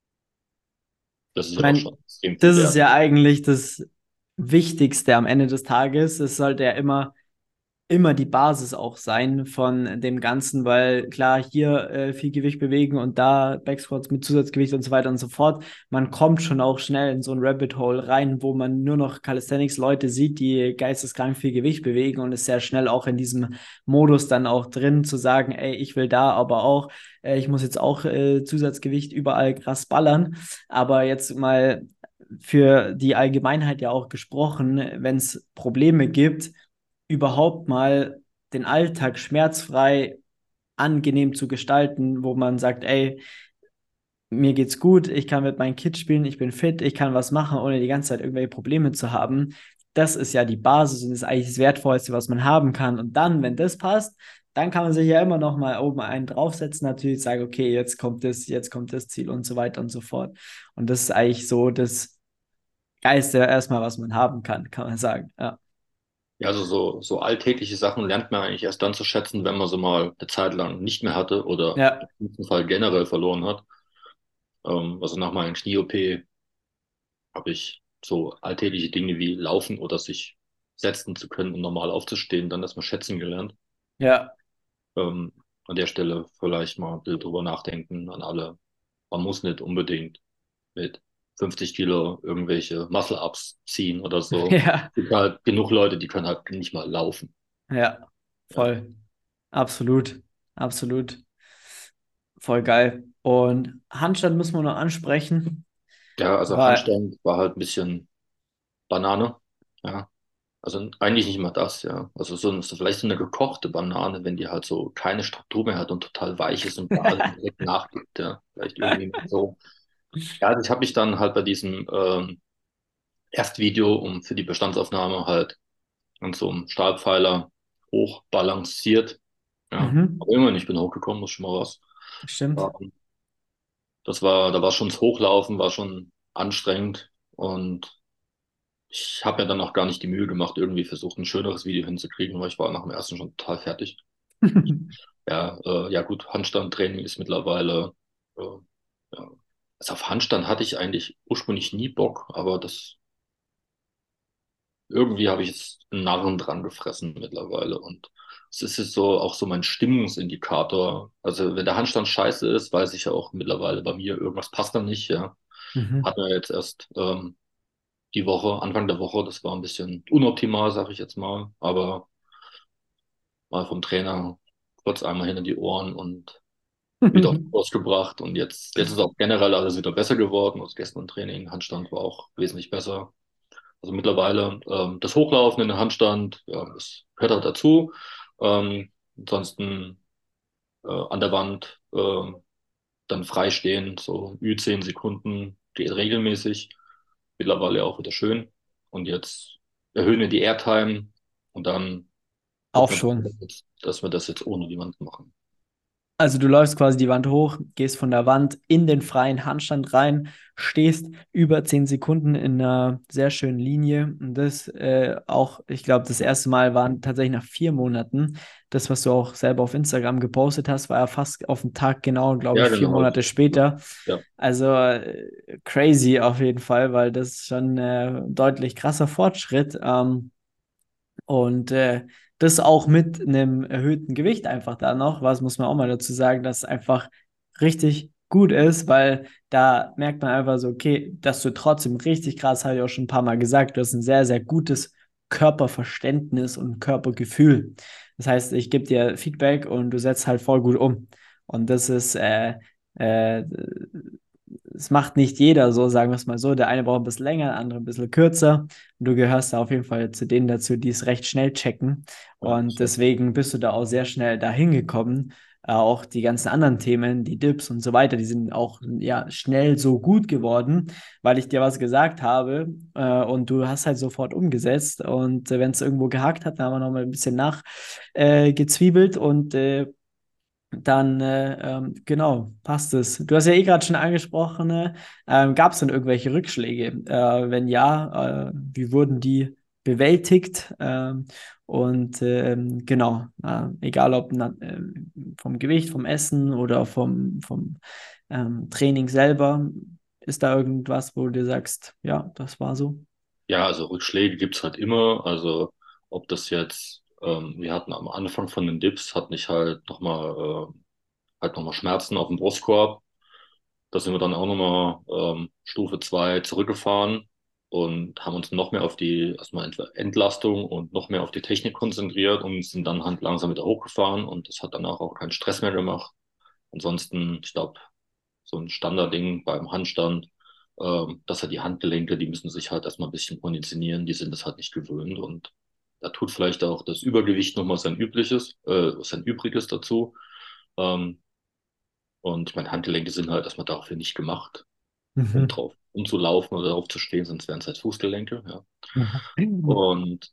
Das ist Ich ja doch meine, schon extrem viel das ist wert. ja eigentlich das Wichtigste am Ende des Tages. Es sollte ja immer die Basis auch sein von dem Ganzen, weil klar, hier viel Gewicht bewegen und da Backsquats mit Zusatzgewicht und so weiter und so fort. Man kommt schon auch schnell in so ein Rabbit Hole rein, wo man nur noch Calisthenics-Leute sieht, die geisteskrank viel Gewicht bewegen und ist sehr schnell auch in diesem Modus dann auch drin, zu sagen, ey, ich will da aber auch, ich muss jetzt auch Zusatzgewicht überall krass ballern. Aber jetzt mal für die Allgemeinheit ja auch gesprochen, wenn es Probleme gibt, überhaupt mal den Alltag schmerzfrei, angenehm zu gestalten, wo man sagt, ey, mir geht's gut, ich kann mit meinen Kids spielen, ich bin fit, ich kann was machen, ohne die ganze Zeit irgendwelche Probleme zu haben. Das ist ja die Basis und ist eigentlich das Wertvollste, was man haben kann. Und dann, wenn das passt, dann kann man sich ja immer noch mal oben einen draufsetzen, natürlich sagen, okay, jetzt kommt das Ziel und so weiter und so fort. Und das ist eigentlich so das Geilste erstmal, was man haben kann man sagen. Ja. Ja, also so alltägliche Sachen lernt man eigentlich erst dann zu schätzen, wenn man sie mal eine Zeit lang nicht mehr hatte oder Ja. im schlimmsten Fall generell verloren hat. Also nach meiner Knie-OP habe ich so alltägliche Dinge wie laufen oder sich setzen zu können und normal aufzustehen, dann erstmal schätzen gelernt. Ja. Ähm, an der Stelle vielleicht mal ein bisschen drüber nachdenken an alle. Man muss nicht unbedingt mit 50 Kilo irgendwelche Muscle-Ups ziehen oder so. Ja. Es gibt halt genug Leute, die können halt nicht mal laufen. Ja, Ja, voll. Absolut. Absolut. Voll geil. Und Handstand müssen wir noch ansprechen, ja, also weil, Handstand war halt ein bisschen Banane. Ja, also eigentlich nicht mal das, ja. Also so vielleicht so eine gekochte Banane, wenn die halt so keine Struktur mehr hat und total weich ist und bei allem direkt nachgibt, ja. Vielleicht irgendwie so. Ja, also ich habe mich dann halt bei diesem Erstvideo für die Bestandsaufnahme halt an so einem Stahlpfeiler hoch balanciert. Ja, mhm, aber immerhin, ich bin hochgekommen, das ist schon mal was. stimmt. Ähm, da war schon das Hochlaufen, war schon anstrengend und ich habe mir dann auch gar nicht die Mühe gemacht, irgendwie versucht, ein schöneres Video hinzukriegen, weil ich war nach dem ersten schon total fertig. Ja, ja gut, Handstandtraining ist mittlerweile, äh, ja. Also auf Handstand hatte ich eigentlich ursprünglich nie Bock, aber das irgendwie habe ich jetzt einen Narren dran gefressen mittlerweile und es ist jetzt so auch so mein Stimmungsindikator. Also wenn der Handstand scheiße ist, weiß ich ja auch mittlerweile bei mir, irgendwas passt da nicht, ja. Mhm. Hatten wir jetzt erst die Woche, Anfang der Woche, das war ein bisschen unoptimal, sage ich jetzt mal, aber mal vom Trainer kurz einmal hinter die Ohren und wieder auf Kurs gebracht und jetzt ist auch generell alles wieder besser geworden. Also gestern Training, Handstand war auch wesentlich besser. Also mittlerweile das Hochlaufen in den Handstand, ja, das gehört halt dazu. Ansonsten an der Wand dann freistehen, so Ü10 Sekunden geht regelmäßig. mittlerweile auch wieder schön. Und jetzt erhöhen wir die Airtime und dann Auch gucken schon. wir, dass wir das jetzt ohne die Wand machen. Also du läufst quasi die Wand hoch, gehst von der Wand in den freien Handstand rein, stehst über 10 Sekunden in einer sehr schönen Linie. Und das auch, ich glaube, das erste Mal waren tatsächlich nach 4 Monaten. Das, was du auch selber auf Instagram gepostet hast, war ja fast auf den Tag genau, glaube Ja, ich, vier genau. Monate später. Ja, Also crazy auf jeden Fall, weil das ist schon deutlich krasser Fortschritt. Und das auch mit einem erhöhten Gewicht einfach da noch, was muss man auch mal dazu sagen, dass es einfach richtig gut ist, weil da merkt man einfach so, okay, dass du trotzdem richtig krass, habe ich auch schon ein paar Mal gesagt, du hast ein sehr, sehr gutes Körperverständnis und Körpergefühl. Das heißt, ich gebe dir Feedback und du setzt halt voll gut um. Und das ist, äh, es macht nicht jeder so, sagen wir es mal so. Der eine braucht ein bisschen länger, der andere ein bisschen kürzer. Und du gehörst da auf jeden Fall zu denen dazu, die es recht schnell checken. ja, Und so. deswegen bist du da auch sehr schnell dahin gekommen. Auch die ganzen anderen Themen, die Dips und so weiter, die sind auch ja schnell so gut geworden, weil ich dir was gesagt habe und du hast halt sofort umgesetzt. Und wenn es irgendwo gehakt hat, dann haben wir noch mal ein bisschen gezwiebelt und dann, genau, passt es. Du hast ja eh gerade schon angesprochen, gab es denn irgendwelche Rückschläge? Wenn ja, wie wurden die bewältigt? Und genau, egal ob vom Gewicht, vom Essen oder vom Training selber, ist da irgendwas, wo du dir sagst, ja, das war so? Ja, also Rückschläge gibt's halt immer. Also ob das jetzt, wir hatten am Anfang von den Dips, hatten ich halt nochmal Schmerzen auf dem Brustkorb. Da sind wir dann auch nochmal Stufe 2 zurückgefahren und haben uns noch mehr auf die erstmal Entlastung und noch mehr auf die Technik konzentriert und sind dann halt langsam wieder hochgefahren und das hat danach auch keinen Stress mehr gemacht. Ansonsten, ich glaube, so ein Standardding beim Handstand, dass halt die Handgelenke, die müssen sich halt erstmal ein bisschen konditionieren, die sind das halt nicht gewöhnt und da tut vielleicht auch das Übergewicht nochmal sein Übriges dazu. Ähm, und ich meine, Handgelenke sind halt erstmal dafür nicht gemacht, um Mhm. drauf umzulaufen oder drauf zu stehen, sonst wären es halt Fußgelenke, ja. Mhm. Und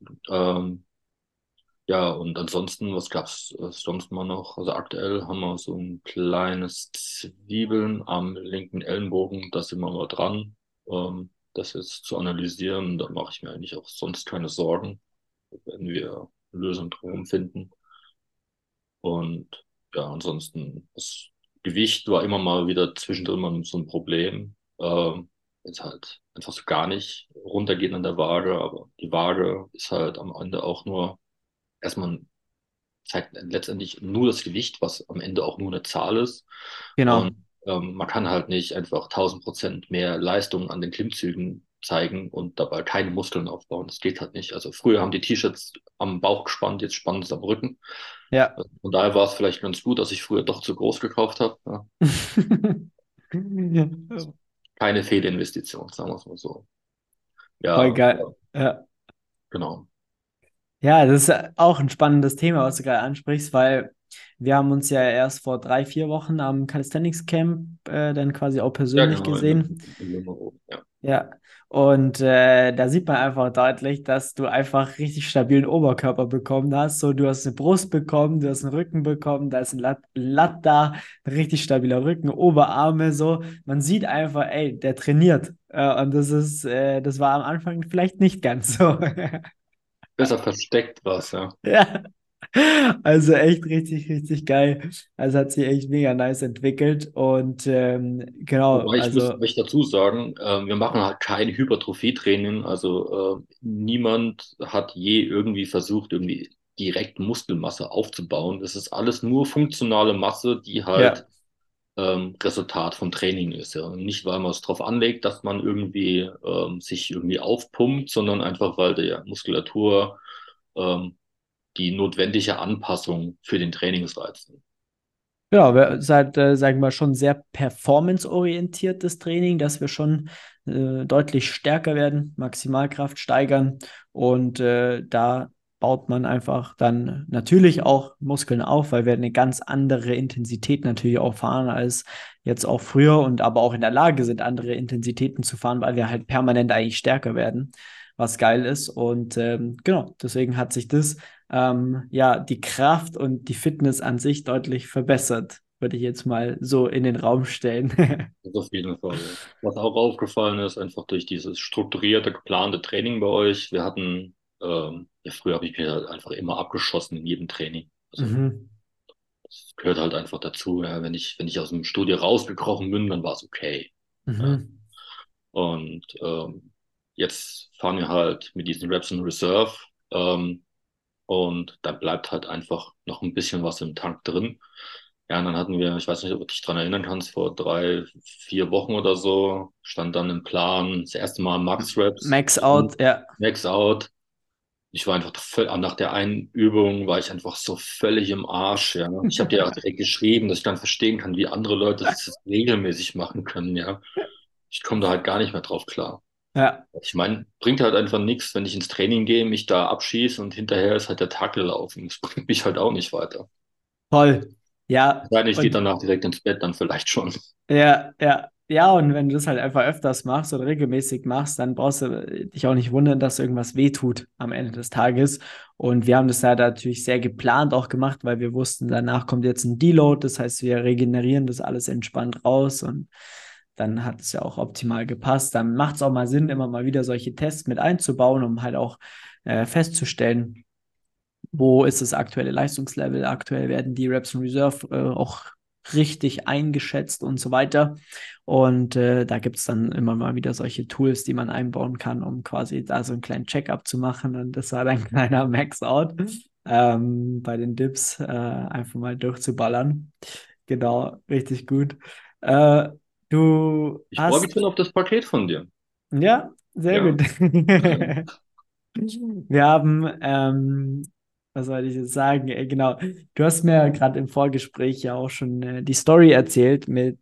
ja, und ansonsten, was gab's sonst mal noch? Also aktuell haben wir so ein kleines Zwiebeln am linken Ellenbogen, da sind wir mal dran, das jetzt zu analysieren. Da mache ich mir eigentlich auch sonst keine Sorgen, wenn wir eine Lösung drum finden. Und ja, ansonsten, das Gewicht war immer mal wieder zwischendrin mal so ein Problem. Jetzt halt einfach so gar nicht runtergehen an der Waage, aber die Waage ist halt am Ende auch nur erstmal zeigt letztendlich nur das Gewicht, was am Ende auch nur eine Zahl ist. Und Genau. man kann halt nicht einfach 1000% mehr Leistung an den Klimmzügen zeigen und dabei keine Muskeln aufbauen. Das geht halt nicht. Also früher haben die T-Shirts am Bauch gespannt, jetzt spannen sie am Rücken. Ja. Von daher war es vielleicht ganz gut, dass ich früher doch zu groß gekauft habe. Ja. Keine Fehlinvestition, sagen wir es mal so. Voll Ja, geil. Ja. genau. Ja, das ist auch ein spannendes Thema, was du gerade ansprichst, weil wir haben uns ja erst vor 3, 4 Wochen am Calisthenics Camp dann quasi auch Ja, persönlich genau. gesehen. In Limero. Ja. Ja, und da sieht man einfach deutlich, dass du einfach richtig stabilen Oberkörper bekommen hast. So, du hast eine Brust bekommen, du hast einen Rücken bekommen, da ist ein Lat da, ein richtig stabiler Rücken, Oberarme, so. Man sieht einfach, ey, der trainiert. Und das war am Anfang vielleicht nicht ganz so. Besser versteckt was, ja. Ja. Also echt richtig, richtig geil. Also hat sich echt mega nice entwickelt. Und genau, Wobei ich muss also euch dazu sagen, wir machen halt kein Hypertrophie-Training. Also niemand hat je irgendwie versucht, irgendwie direkt Muskelmasse aufzubauen. Das ist alles nur funktionale Masse, die halt ja. Resultat vom Training ist. Ja. Und nicht, weil man es drauf anlegt, dass man irgendwie sich irgendwie aufpumpt, sondern einfach, weil der Muskulatur ähm, die notwendige Anpassung für den Trainingsreiz ist. Ja, es ist halt, sagen wir, schon sehr performanceorientiertes Training, dass wir schon deutlich stärker werden, Maximalkraft steigern und da baut man einfach dann natürlich auch Muskeln auf, weil wir eine ganz andere Intensität natürlich auch fahren als jetzt auch früher und aber auch in der Lage sind, andere Intensitäten zu fahren, weil wir halt permanent eigentlich stärker werden, was geil ist. Und genau, deswegen hat sich das ja die Kraft und die Fitness an sich deutlich verbessert, würde ich jetzt mal so in den Raum stellen. Das auf jeden Fall. Was auch aufgefallen ist, einfach durch dieses strukturierte, geplante Training bei euch. Wir hatten, ja, früher habe ich mir halt einfach immer abgeschossen in jedem Training. Also Mhm. das gehört halt einfach dazu. Ja. Wenn ich aus dem Studio rausgekrochen bin, dann war es okay. Ja. Mhm. Und jetzt fahren wir halt mit diesen Reps in Reserve. Ähm, und da bleibt halt einfach noch ein bisschen was im Tank drin. Ja, und dann hatten wir, ich weiß nicht, ob du dich dran erinnern kannst, vor 3, 4 Wochen oder so, stand dann im Plan, das erste Mal Max Reps, Max out, ja. Max Out. Ich war einfach nach der einen Übung war ich einfach so völlig im Arsch, ja. Ich habe dir auch direkt geschrieben, dass ich dann verstehen kann, wie andere Leute das regelmäßig machen können, ja. Ich komme da halt gar nicht mehr drauf klar. Ja, Ich meine, bringt halt einfach nichts, wenn ich ins Training gehe, mich da abschieße und hinterher ist halt der Tag gelaufen. Das bringt mich halt auch nicht weiter. voll. Ja, Nein, ich gehe und danach direkt ins Bett, dann vielleicht schon. ja, und wenn du das halt einfach öfters machst oder regelmäßig machst, dann brauchst du dich auch nicht wundern, dass irgendwas wehtut am Ende des Tages. Und wir haben das ja natürlich sehr geplant auch gemacht, weil wir wussten, danach kommt jetzt ein Deload, das heißt, wir regenerieren das alles entspannt raus und dann hat es ja auch optimal gepasst. Dann macht es auch mal Sinn, immer mal wieder solche Tests mit einzubauen, um halt auch festzustellen, wo ist das aktuelle Leistungslevel? Aktuell werden die Reps in Reserve auch richtig eingeschätzt und so weiter. Und da gibt es dann immer mal wieder solche Tools, die man einbauen kann, um quasi da so einen kleinen Check-up zu machen. Und das war dann ein kleiner Max-Out bei den Dips, einfach mal durchzuballern. Genau, richtig gut. Äh, du Ich freue mich hast, schon auf das Paket von dir. ja, sehr Ja. gut. Wir haben, was soll ich jetzt sagen? Genau, du hast mir gerade im Vorgespräch ja auch schon die Story erzählt mit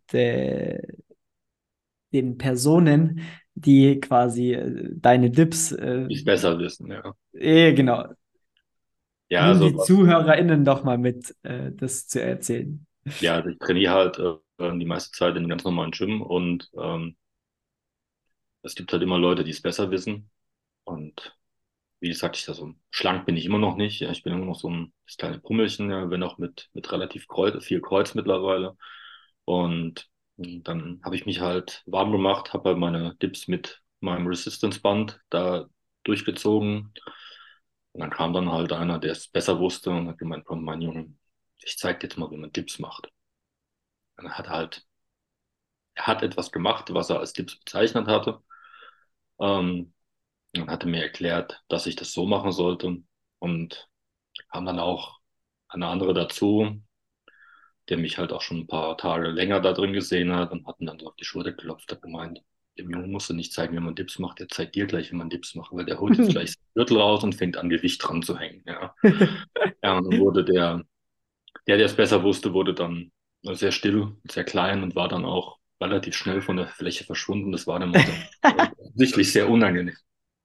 den Personen, die quasi deine Dips, Die es besser wissen, ja. genau. Ja, Nimm also die ZuhörerInnen doch mal mit, das zu erzählen. ja, also ich trainiere halt die meiste Zeit in einem ganz normalen Gym und es gibt halt immer Leute, die es besser wissen. Und wie gesagt, so schlank bin ich immer noch nicht. Ja, ich bin immer noch so ein das kleine Pummelchen, ja, wenn auch mit relativ viel Kreuz mittlerweile. Und dann habe ich mich halt warm gemacht, habe halt meine Dips mit meinem Resistance Band da durchgezogen. Und dann kam dann halt einer, der es besser wusste und hat gemeint, komm, mein Junge, ich zeig dir jetzt mal, wie man Dips macht. Und er hat etwas gemacht, was er als Dips bezeichnet hatte. Ähm, und hatte mir erklärt, dass ich das so machen sollte. Und kam dann auch eine andere dazu, der mich halt auch schon ein paar Tage länger da drin gesehen hat und hatten dann so auf die Schulter geklopft, hat gemeint, dem Jungen musst du nicht zeigen, wie man Dips macht, der zeigt dir gleich, wie man Dips macht, weil der holt jetzt gleich das Gürtel raus und fängt an, Gewicht dran zu hängen. Ja, ja und dann wurde der es besser wusste, wurde dann sehr still, sehr klein und war dann auch relativ schnell von der Fläche verschwunden. Das war dem also sichtlich sehr unangenehm.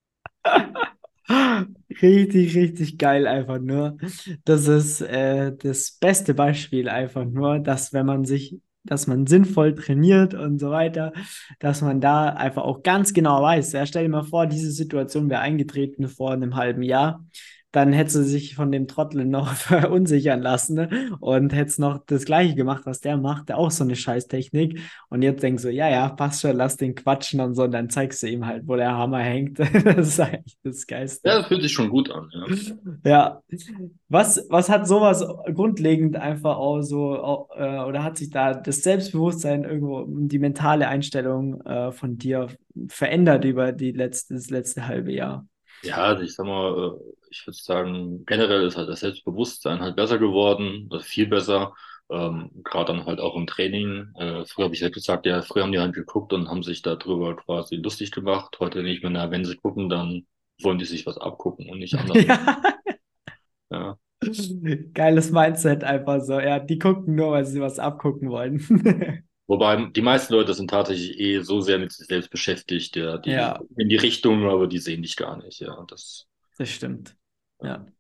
Richtig, richtig geil einfach nur. Das ist das beste Beispiel einfach nur, dass wenn man sich, dass man sinnvoll trainiert und so weiter, dass man da einfach auch ganz genau weiß. Ja, stell dir mal vor, diese Situation wäre eingetreten vor einem halben Jahr. Dann hättest du sich von dem Trottel noch verunsichern lassen, ne? Und hättest noch das Gleiche gemacht, was der macht, der auch so eine Scheißtechnik. Und jetzt denkst du, ja, ja, passt schon, lass den quatschen und so. Und dann zeigst du ihm halt, wo der Hammer hängt. Das ist eigentlich das Ja, Geiste. das fühlt sich schon gut an, ja. Ja. Was hat sowas grundlegend einfach auch so, oder hat sich da das Selbstbewusstsein irgendwo, die mentale Einstellung von dir verändert über das letzte halbe Jahr? Ja, also ich sag mal, ich würde sagen, generell ist halt das Selbstbewusstsein halt besser geworden, also viel besser. Gerade dann halt auch im Training. Früher habe ich halt gesagt, ja, früher haben die halt geguckt und haben sich darüber quasi lustig gemacht. Heute nicht mehr, na, wenn sie gucken, dann wollen die sich was abgucken und nicht andersrum. Ja. Ja. Geiles Mindset einfach so. Ja, die gucken nur, weil sie was abgucken wollen. Wobei die meisten Leute sind tatsächlich eh so sehr mit sich selbst beschäftigt, ja, die Ja, gucken in die Richtung, aber die sehen dich gar nicht. Ja, das stimmt. ja. Ja.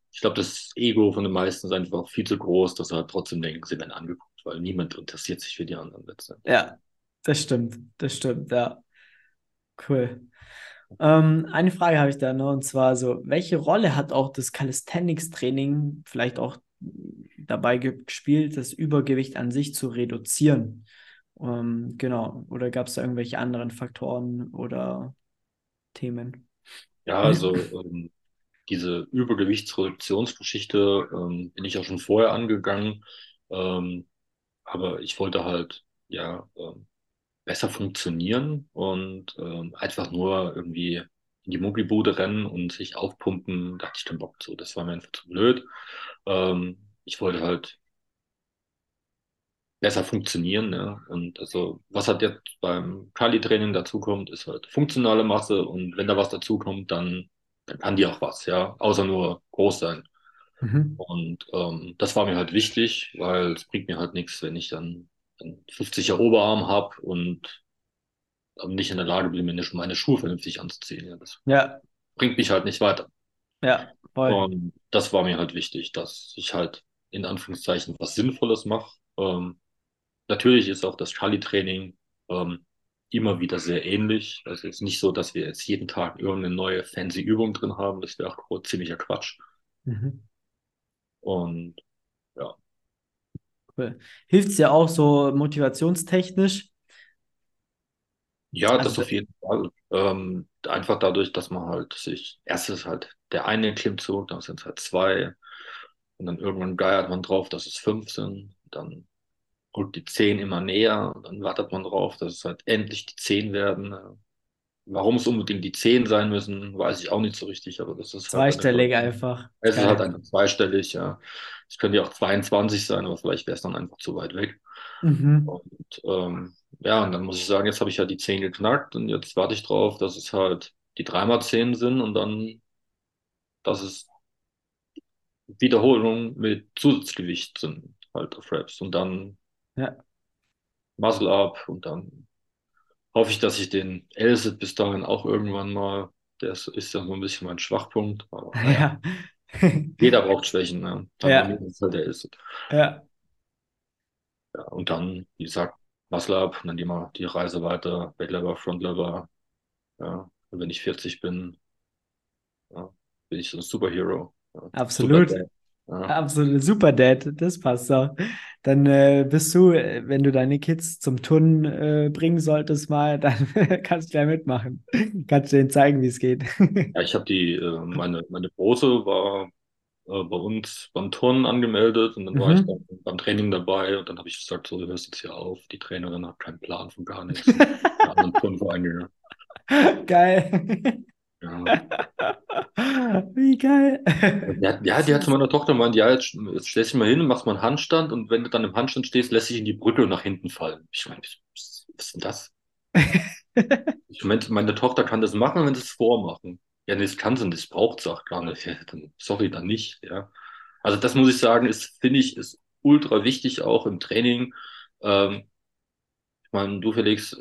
ich glaube, das Ego von den meisten ist einfach viel zu groß, dass sie halt trotzdem denken, sie werden angeguckt, weil niemand interessiert sich für die anderen letztendlich. Ja, das stimmt, ja. Cool. Eine Frage habe ich da noch, und zwar so, welche Rolle hat auch das Calisthenics-Training vielleicht auch dabei gespielt, das Übergewicht an sich zu reduzieren? Genau. Oder gab es da irgendwelche anderen Faktoren oder Themen? Ja, also diese Übergewichtsreduktionsgeschichte bin ich auch schon vorher angegangen, ähm, aber ich wollte halt ja besser funktionieren und einfach nur irgendwie in die Muckibude rennen und sich aufpumpen, da hatte ich keinen Bock zu. Das war mir einfach zu blöd. Ich wollte halt besser funktionieren, ne? Und also, was halt jetzt beim Kali-Training dazukommt, ist halt funktionale Masse und wenn da was dazukommt, dann kann die auch was, ja, außer nur groß sein. Mhm. Und das war mir halt wichtig, weil es bringt mir halt nichts, wenn ich dann einen 50er Oberarm habe und nicht in der Lage bin, mir meine Schuhe vernünftig anzuziehen. Ja, das Ja, bringt mich halt nicht weiter. ja, voll. Und das war mir halt wichtig, dass ich halt in Anführungszeichen was Sinnvolles mache. Natürlich ist auch das Kali-Training immer wieder sehr ähnlich. Also es ist nicht so, dass wir jetzt jeden Tag irgendeine neue fancy Übung drin haben. Das wäre auch ziemlicher Quatsch. Mhm. Und ja, Cool. Hilft es ja auch so motivationstechnisch? ja, Also, das auf jeden Fall. Einfach dadurch, dass man halt sich, erst ist halt der eine Klimmzug, dann sind es halt zwei. Und dann irgendwann geiert man drauf, dass es fünf sind. Dann rückt die zehn immer näher. Und dann wartet man drauf, dass es halt endlich die zehn werden. Warum es unbedingt die 10 sein müssen, weiß ich auch nicht so richtig, aber das ist halt eine zweistellig Verletzung. einfach. Es ist halt Geil. einfach zweistellig, ja. Es könnte ja auch 22 sein, aber vielleicht wäre es dann einfach zu weit weg. Mhm. Und ja, und dann muss ich sagen, jetzt habe ich ja die 10 geknackt und jetzt warte ich drauf, dass es halt die 3x10 sind und dann, dass es Wiederholungen mit Zusatzgewicht sind, halt auf Reps und dann Ja. Muscle Up und dann hoffe ich, dass ich den L-Sit bis dahin auch irgendwann mal, ist ja so ein bisschen mein Schwachpunkt, aber naja. Ja. Jeder braucht Schwächen, ne? Aber bei mir Ja. ist es halt der Ist. Ja. Ja, und dann, wie gesagt, Muscle Up, und dann die Reise weiter, Backlever, Frontlever. Ja. Und wenn ich 40 bin, ja, bin ich so ein Superhero. Ja. Super Absolut. Dad. Ja. Absolut. Super, Dad. Das passt auch. Dann bist du, wenn du deine Kids zum Turnen bringen solltest mal, dann kannst du gleich mitmachen. Kannst du denen zeigen, wie es geht. Ja, ich habe meine Große war bei uns beim Turnen angemeldet und dann war ich dann Mhm. beim Training dabei und dann habe ich gesagt, so, du hörst jetzt hier auf. Die Trainerin hat keinen Plan von gar nichts und in einen anderen Turnverein gegangen. Geil. Ja. Wie geil. Die hat zu meiner Tochter gemeint, ja, jetzt stellst du dich mal hin und machst mal einen Handstand und wenn du dann im Handstand stehst, lässt dich in die Brücke und nach hinten fallen. Ich meine, was ist denn das? Ich meine, meine Tochter kann das machen, wenn sie es vormachen. Ja, nee, das kann sie nicht, das braucht sie auch gar nicht. Ja, dann, sorry, dann nicht, ja. Also das muss ich sagen, finde ich, ist ultra wichtig auch im Training. Ich meine, du Felix,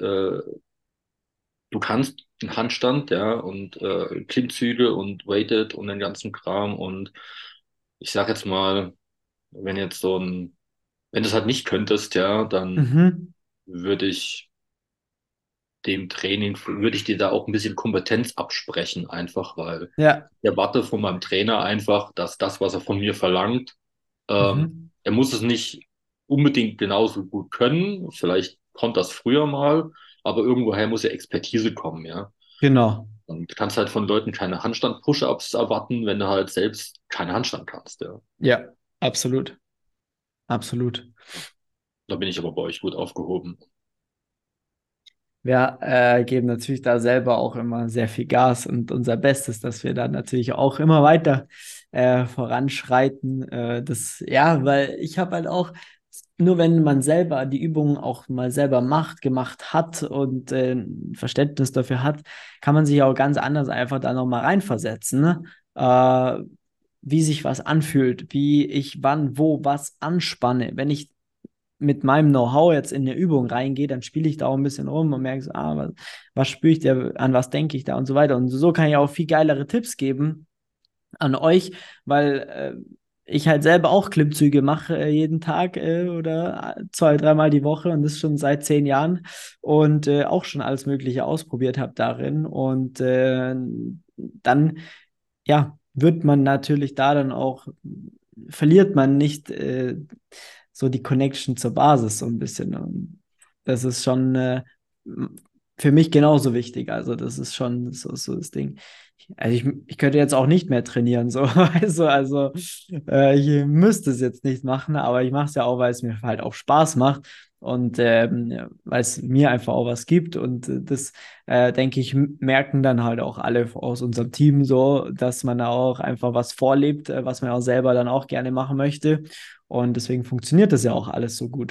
du kannst einen Handstand, ja, und Klimmzüge und Weighted und den ganzen Kram und ich sag jetzt mal, wenn jetzt so ein, wenn du es halt nicht könntest, ja, dann Mhm. würde ich würde ich dir da auch ein bisschen Kompetenz absprechen, einfach, weil Ja. ich erwarte von meinem Trainer einfach, dass das, was er von mir verlangt, Mhm. er muss es nicht unbedingt genauso gut können. Vielleicht kommt das früher mal, aber irgendwoher muss ja Expertise kommen, ja. Genau. Und du kannst halt von Leuten keine Handstand-Push-Ups erwarten, wenn du halt selbst keinen Handstand kannst, ja. Ja, absolut. Absolut. Da bin ich aber bei euch gut aufgehoben. Wir geben natürlich da selber auch immer sehr viel Gas und unser Bestes, dass wir da natürlich auch immer weiter voranschreiten. Ja, weil ich habe halt auch, nur wenn man selber die Übungen auch mal selber gemacht hat und ein Verständnis dafür hat, kann man sich auch ganz anders einfach da nochmal reinversetzen, ne? Wie sich was anfühlt, wie ich wann, wo, was anspanne. Wenn ich mit meinem Know-how jetzt in eine Übung reingehe, dann spiele ich da auch ein bisschen rum und merke so, was spüre ich da, an was denke ich da und so weiter. Und so kann ich auch viel geilere Tipps geben, an euch, weil ich halt selber auch Klimmzüge mache jeden Tag oder zwei, dreimal die Woche und das schon seit 10 Jahren und auch schon alles Mögliche ausprobiert habe darin. Und dann, ja, wird man natürlich da dann auch, verliert man nicht so die Connection zur Basis so ein bisschen. Und das ist schon für mich genauso wichtig. Also das ist schon so das Ding. Also ich könnte jetzt auch nicht mehr trainieren, so. Ich müsste es jetzt nicht machen, aber ich mache es ja auch, weil es mir halt auch Spaß macht und ja, weil es mir einfach auch was gibt. Und das, denke ich, merken dann halt auch alle aus unserem Team so, dass man da auch einfach was vorlebt, was man auch selber dann auch gerne machen möchte. Und deswegen funktioniert das ja auch alles so gut.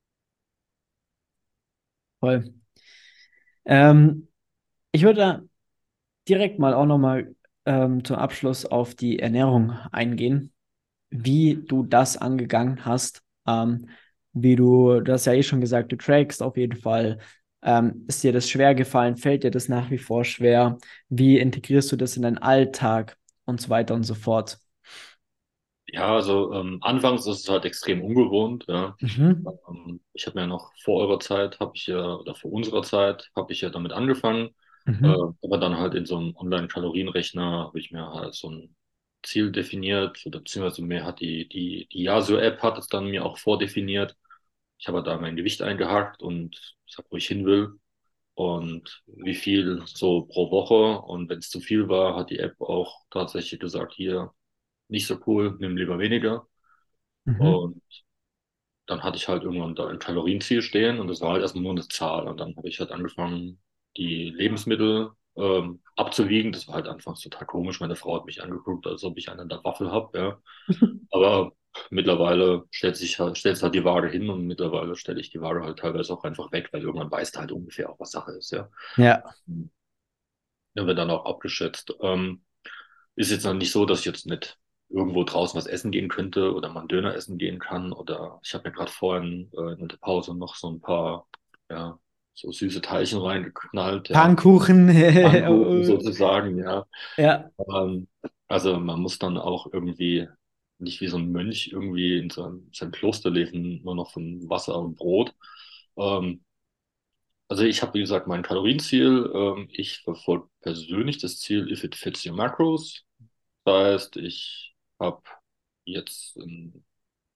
Voll. Ähm, Ich würde da direkt mal auch nochmal zum Abschluss auf die Ernährung eingehen, wie du das angegangen hast. Wie du hast ja eh schon gesagt, du trackst auf jeden Fall. Ist dir das schwer gefallen? Fällt dir das nach wie vor schwer? Wie integrierst du das in deinen Alltag und so weiter und so fort? Ja, also anfangs ist es halt extrem ungewohnt, ja. Mhm. Ich habe ja noch vor eurer Zeit, habe ich ja, oder vor unserer Zeit, habe ich ja damit angefangen. Mhm. Aber dann halt in so einem Online-Kalorienrechner habe ich mir halt so ein Ziel definiert, oder beziehungsweise mir hat die Yaso-App hat es dann mir auch vordefiniert. Ich habe da mein Gewicht eingehakt und sag, wo ich hin will und wie viel so pro Woche. Und wenn es zu viel war, hat die App auch tatsächlich gesagt, hier, nicht so cool, nimm lieber weniger. Mhm. Und dann hatte ich halt irgendwann da ein Kalorienziel stehen und das war halt erstmal nur eine Zahl. Und dann habe ich halt angefangen, die Lebensmittel abzuwiegen. Das war halt anfangs total komisch. Meine Frau hat mich angeguckt, als ob ich einen der Waffel habe, ja. Aber mittlerweile stellt halt die Waage hin und mittlerweile stelle ich die Waage halt teilweise auch einfach weg, weil irgendwann weißt du halt ungefähr auch, was Sache ist, ja. Ja. Dann wird dann auch abgeschätzt. Ist jetzt noch nicht so, dass ich jetzt nicht irgendwo draußen was essen gehen könnte oder mal einen Döner essen gehen kann. Oder ich habe mir gerade vorhin in der Pause noch so ein paar, ja, so süße Teilchen reingeknallt, ja. Pfannkuchen. Pfannkuchen sozusagen, ja. Ja. Ähm, also man muss dann auch irgendwie nicht wie so ein Mönch irgendwie in sein Kloster leben, nur noch von Wasser und Brot. Ähm, also ich habe, wie gesagt, mein Kalorienziel. Ich verfolge persönlich das Ziel, if it fits your macros. Das heißt, ich habe jetzt ein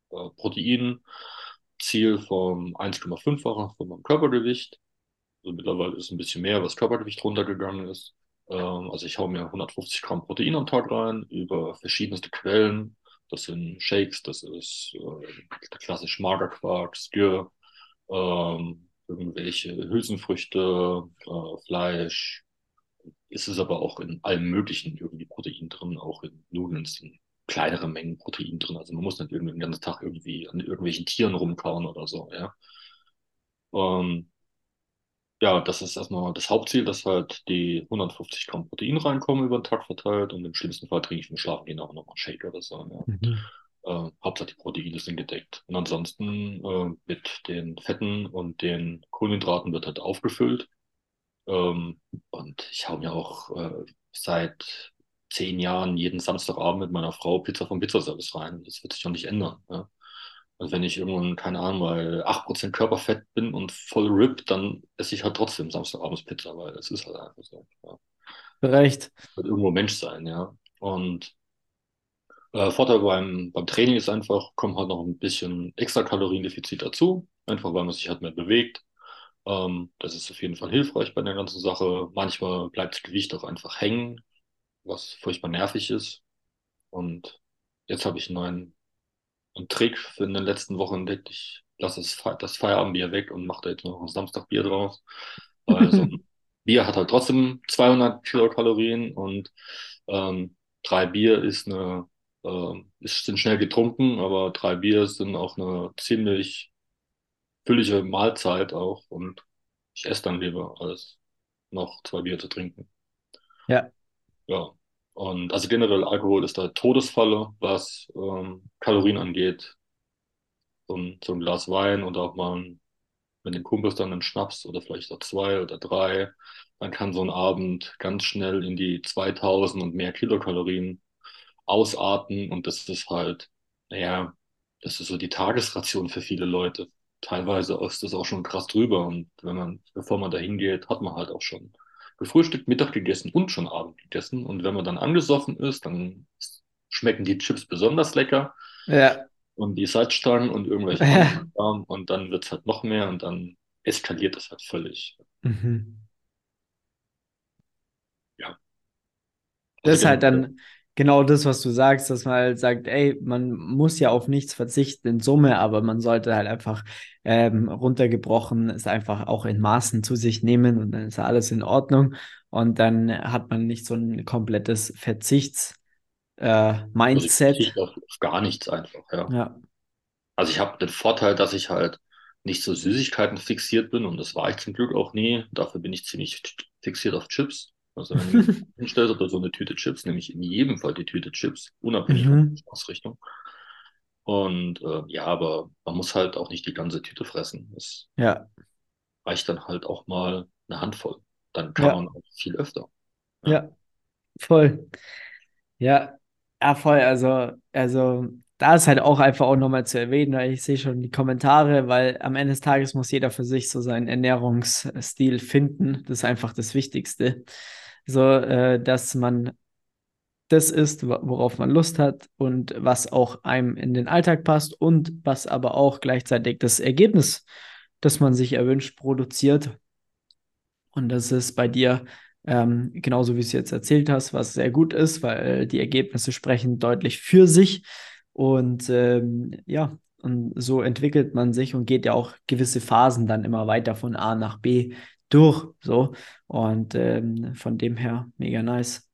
Proteinziel vom 1,5-fachen von meinem Körpergewicht. Also mittlerweile ist ein bisschen mehr, was Körpergewicht runtergegangen ist. Also ich hau mir 150 Gramm Protein am Tag rein über verschiedenste Quellen. Das sind Shakes, das ist klassisch Magerquark, Skyr, irgendwelche Hülsenfrüchte, Fleisch. Ist es aber auch in allem Möglichen irgendwie Protein drin, auch in Nudeln sind kleinere Mengen Protein drin. Also man muss nicht irgendwie den ganzen Tag irgendwie an irgendwelchen Tieren rumkauen oder so, ja. Ähm, ja, das ist erstmal das Hauptziel, dass halt die 150 Gramm Protein reinkommen über den Tag verteilt und im schlimmsten Fall trinke ich mit Schlafengehen auch nochmal einen Shake oder so, Mhm. ja. Hauptsache die Proteine sind gedeckt. Und ansonsten mit den Fetten und den Kohlenhydraten wird halt aufgefüllt. Und ich hau mir auch seit 10 Jahren jeden Samstagabend mit meiner Frau Pizza vom Pizzaservice rein. Das wird sich doch nicht ändern. Ja? Und wenn ich irgendwann, keine Ahnung, weil 8% Körperfett bin und voll ripped, dann esse ich halt trotzdem Samstagabends Pizza, weil es ist halt einfach so. Ja. Recht. Wird irgendwo Mensch sein, ja. Und Vorteil beim Training ist einfach, kommt halt noch ein bisschen extra Kaloriendefizit dazu, einfach weil man sich halt mehr bewegt. Das ist auf jeden Fall hilfreich bei der ganzen Sache. Manchmal bleibt das Gewicht auch einfach hängen, was furchtbar nervig ist. Und jetzt habe ich einen Trick für in den letzten Wochen entdeckt. Ich lasse das Feierabendbier weg und mache da jetzt nur noch ein Samstagbier draus. Weil so ein Bier hat halt trotzdem 200 Kilokalorien und ähm, 3 Bier sind schnell getrunken, aber 3 Bier sind auch eine ziemlich füllige Mahlzeit auch und ich esse dann lieber, als noch 2 Bier zu trinken. Ja. Ja. Und also generell Alkohol ist da Todesfalle, was Kalorien angeht. So ein Glas Wein oder auch mal mit den Kumpels dann einen Schnaps oder vielleicht auch 2 oder 3. Dann kann so ein Abend ganz schnell in die 2000 und mehr Kilokalorien ausarten und das ist halt, naja, das ist so die Tagesration für viele Leute. Teilweise ist das auch schon krass drüber und bevor man da hingeht, hat man halt auch schon gefrühstückt, Mittag gegessen und schon Abend gegessen und wenn man dann angesoffen ist, dann schmecken die Chips besonders lecker Ja. und die Salzstangen und irgendwelche anderen Kram und dann wird's halt noch mehr und dann eskaliert es halt völlig. Mhm. Ja, also Das ist halt generell, dann genau das, was du sagst, dass man halt sagt, ey, man muss ja auf nichts verzichten in Summe, aber man sollte halt einfach runtergebrochen es einfach auch in Maßen zu sich nehmen und dann ist ja alles in Ordnung und dann hat man nicht so ein komplettes also ich Verzichts-Mindset. verzichte auf gar nichts einfach, ja. Ja. Also ich habe den Vorteil, dass ich halt nicht so Süßigkeiten fixiert bin und das war ich zum Glück auch nie. Dafür bin ich ziemlich fixiert auf Chips. Also wenn du mir hinstellst oder so eine Tüte Chips, nehme ich in jedem Fall die Tüte Chips, unabhängig von der Mhm. Geschmacksrichtung. Und ja, aber man muss halt auch nicht die ganze Tüte fressen. Es Ja. reicht dann halt auch mal eine Handvoll. Dann kann Ja. man auch viel öfter. Ja, Ja. Voll. Ja, ja, voll. Also da ist halt auch einfach auch nochmal zu erwähnen, weil ich sehe schon die Kommentare, weil am Ende des Tages muss jeder für sich so seinen Ernährungsstil finden. Das ist einfach das Wichtigste. So, dass man das isst, worauf man Lust hat und was auch einem in den Alltag passt und was aber auch gleichzeitig das Ergebnis, das man sich erwünscht, produziert. Und das ist bei dir genauso, wie du es jetzt erzählt hast, was sehr gut ist, weil die Ergebnisse sprechen deutlich für sich. Und ja, und so entwickelt man sich und geht ja auch gewisse Phasen dann immer weiter von A nach B durch. So. Und von dem her mega nice.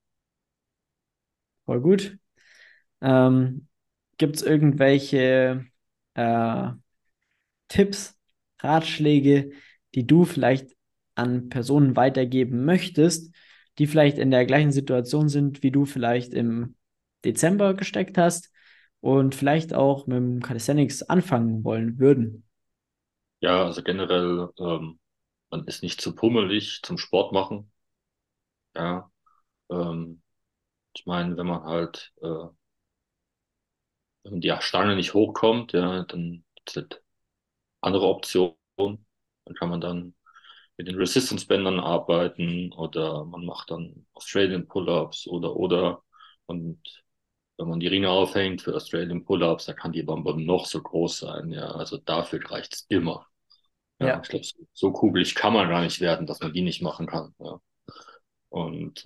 Voll gut. Ähm, Gibt es irgendwelche äh, Tipps, Ratschläge, die du vielleicht an Personen weitergeben möchtest, die vielleicht in der gleichen Situation sind, wie du vielleicht im Dezember gesteckt hast und vielleicht auch mit dem Calisthenics anfangen wollen würden? ja, also generell, man ist nicht zu pummelig zum Sport machen. Ja, ähm, ich meine, wenn man halt wenn die Stange nicht hochkommt, ja, dann gibt's halt andere Optionen. Dann kann man dann mit den Resistance-Bändern arbeiten oder man macht dann Australian Pull-ups oder. Und wenn man die Ringe aufhängt für Australian Pull-ups, dann kann die Bamba noch so groß sein. Ja, also dafür reicht's immer. Ja, Ja, ich glaube, so kugelig kann man gar nicht werden, dass man die nicht machen kann. Ja. Und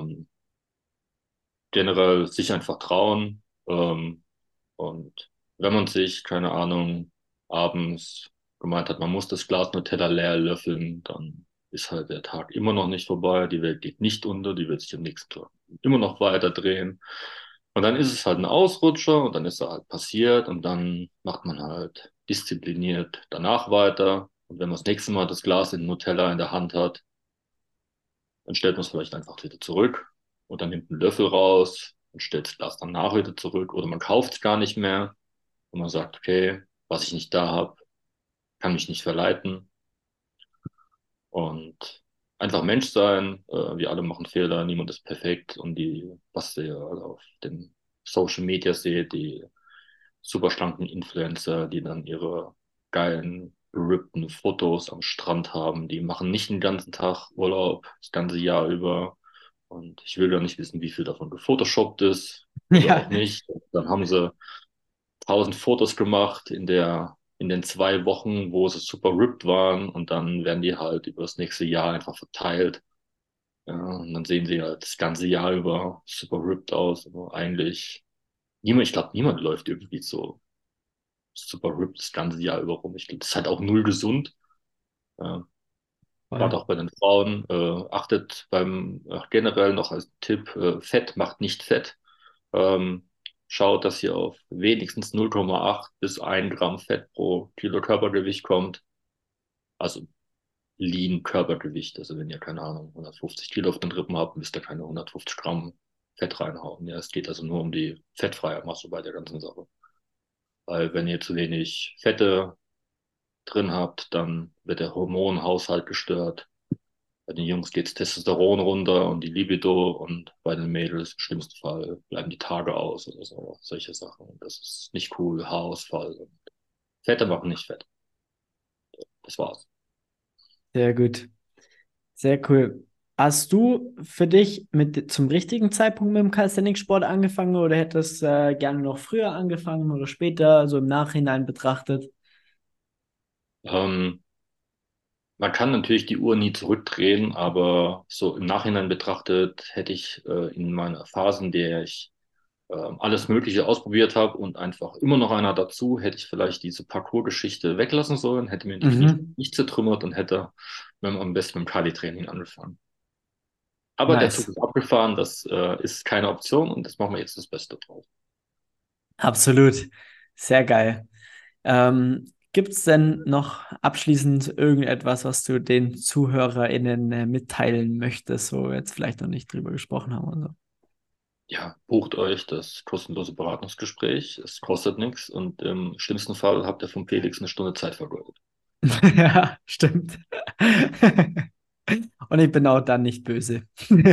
generell sich einfach trauen. Und wenn man sich, keine Ahnung, abends gemeint hat, man muss das Glas Nutella leer löffeln, dann ist halt der Tag immer noch nicht vorbei. Die Welt geht nicht unter, die wird sich am nächsten Tag immer noch weiter drehen. Und dann ist es halt ein Ausrutscher und dann ist er halt passiert und dann macht man halt diszipliniert danach weiter. Und wenn man das nächste Mal das Glas in Nutella in der Hand hat, dann stellt man es vielleicht einfach wieder zurück und dann nimmt einen Löffel raus und stellt das Glas danach wieder zurück oder man kauft es gar nicht mehr und man sagt, okay, was ich nicht da habe, kann mich nicht verleiten und einfach Mensch sein. Wir alle machen Fehler, niemand ist perfekt und was ihr alle auf den Social Media seht, die super schlanken Influencer, die dann ihre geilen, gerippten Fotos am Strand haben, die machen nicht den ganzen Tag Urlaub, das ganze Jahr über. Und ich will gar nicht wissen, wie viel davon gefotoshoppt ist oder ja, auch nicht. Dann haben sie 1000 Fotos gemacht in den 2 Wochen, wo sie super ripped waren und dann werden die halt über das nächste Jahr einfach verteilt. Ja, und dann sehen sie halt das ganze Jahr über super ripped aus. Aber eigentlich ich glaube, niemand läuft irgendwie so super ripped das ganze Jahr über rum. Ich glaube, das ist halt auch null gesund. Ja, gerade voll. auch bei den Frauen. Achtet generell noch als Tipp, Fett macht nicht fett. Ähm, schaut, dass ihr auf wenigstens 0,8 bis 1 Gramm Fett pro Kilo Körpergewicht kommt. Also Lean Körpergewicht. Also wenn ihr, keine Ahnung, 150 Kilo auf den Rippen habt, müsst ihr keine 150 Gramm Fett reinhauen. Ja, es geht also nur um die fettfreie Masse bei der ganzen Sache. Weil wenn ihr zu wenig Fette drin habt, dann wird der Hormonhaushalt gestört. Bei den Jungs geht's Testosteron runter und die Libido und bei den Mädels im schlimmsten Fall bleiben die Tage aus oder so, solche Sachen. Und das ist nicht cool, Haarausfall. Und Fette machen nicht fett. Das war's. Sehr gut. Sehr cool. Hast du für dich zum richtigen Zeitpunkt mit dem Calisthenics-Sport angefangen oder hättest gerne noch früher angefangen oder später, so im Nachhinein betrachtet? Ähm, Man kann natürlich die Uhr nie zurückdrehen, aber so im Nachhinein betrachtet hätte ich in meiner Phase, in der ich alles Mögliche ausprobiert habe und einfach immer noch einer dazu, hätte ich vielleicht diese Parcours-Geschichte weglassen sollen, hätte mir die Knie Mhm. nicht zertrümmert und hätte am besten mit dem Kali-Training angefangen. Aber der Zug Nice. ist abgefahren, das ist keine Option und das machen wir jetzt das Beste draus. Absolut. Sehr geil. Gibt es denn noch abschließend irgendetwas, was du den ZuhörerInnen mitteilen möchtest, wo wir jetzt vielleicht noch nicht drüber gesprochen haben oder Ja, bucht euch das kostenlose Beratungsgespräch. Es kostet nichts und im schlimmsten Fall habt ihr vom Felix eine Stunde Zeit vergeudet. so? Ja, stimmt. Und ich bin auch dann nicht böse.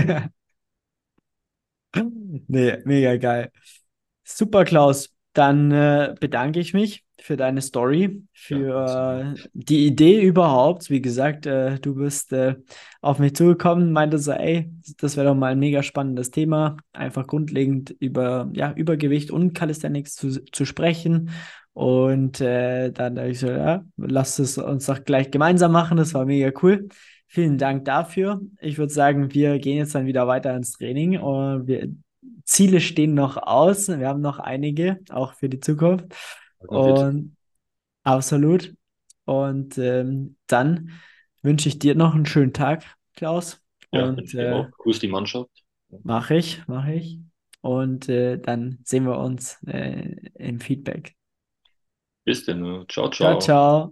Nee, mega geil. Super, Klaus. Dann bedanke ich mich für deine Story, Ja, für die Idee überhaupt. Wie gesagt, du bist auf mich zugekommen, meinte so, ey, das wäre doch mal ein mega spannendes Thema, einfach grundlegend über ja, Übergewicht und Calisthenics zu sprechen. Und dann dachte ich so, ja, lass es uns doch gleich gemeinsam machen. Das war mega cool. Vielen Dank dafür. Ich würde sagen, wir gehen jetzt dann wieder weiter ins Training und Ziele stehen noch aus. Wir haben noch einige, auch für die Zukunft. noch viel zu. Und absolut. Und dann wünsche ich dir noch einen schönen Tag, Klaus. Ja, Und wünsche ich dir auch. Grüß die Mannschaft. mache ich. Und dann sehen wir uns im Feedback. Bis denn. Ne? Ciao, Ciao, ciao. ciao.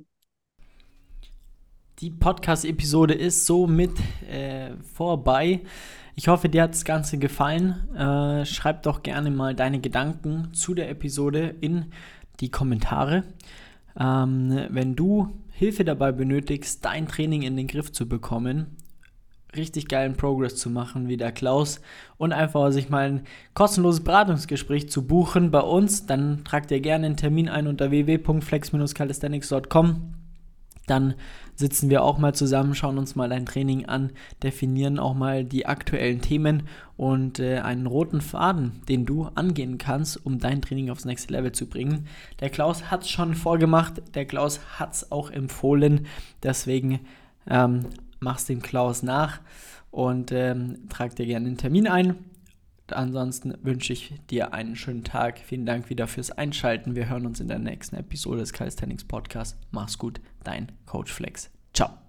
Die Podcast-Episode ist somit vorbei. Ich hoffe, dir hat das Ganze gefallen. Schreib doch gerne mal deine Gedanken zu der Episode in die Kommentare. Wenn du Hilfe dabei benötigst, dein Training in den Griff zu bekommen, richtig geilen Progress zu machen wie der Klaus und einfach sich mal ein kostenloses Beratungsgespräch zu buchen bei uns, dann trag dir gerne einen Termin ein unter www.flex-calisthenics.com. Dann sitzen wir auch mal zusammen, schauen uns mal dein Training an, definieren auch mal die aktuellen Themen und einen roten Faden, den du angehen kannst, um dein Training aufs nächste Level zu bringen. Der Klaus hat es schon vorgemacht, der Klaus hat es auch empfohlen, deswegen mach's dem Klaus nach und trag dir gerne einen Termin ein. Ansonsten wünsche ich dir einen schönen Tag. Vielen Dank wieder fürs Einschalten. Wir hören uns in der nächsten Episode des Calisthenics Podcasts. Mach's gut, dein Coach Flex. Ciao.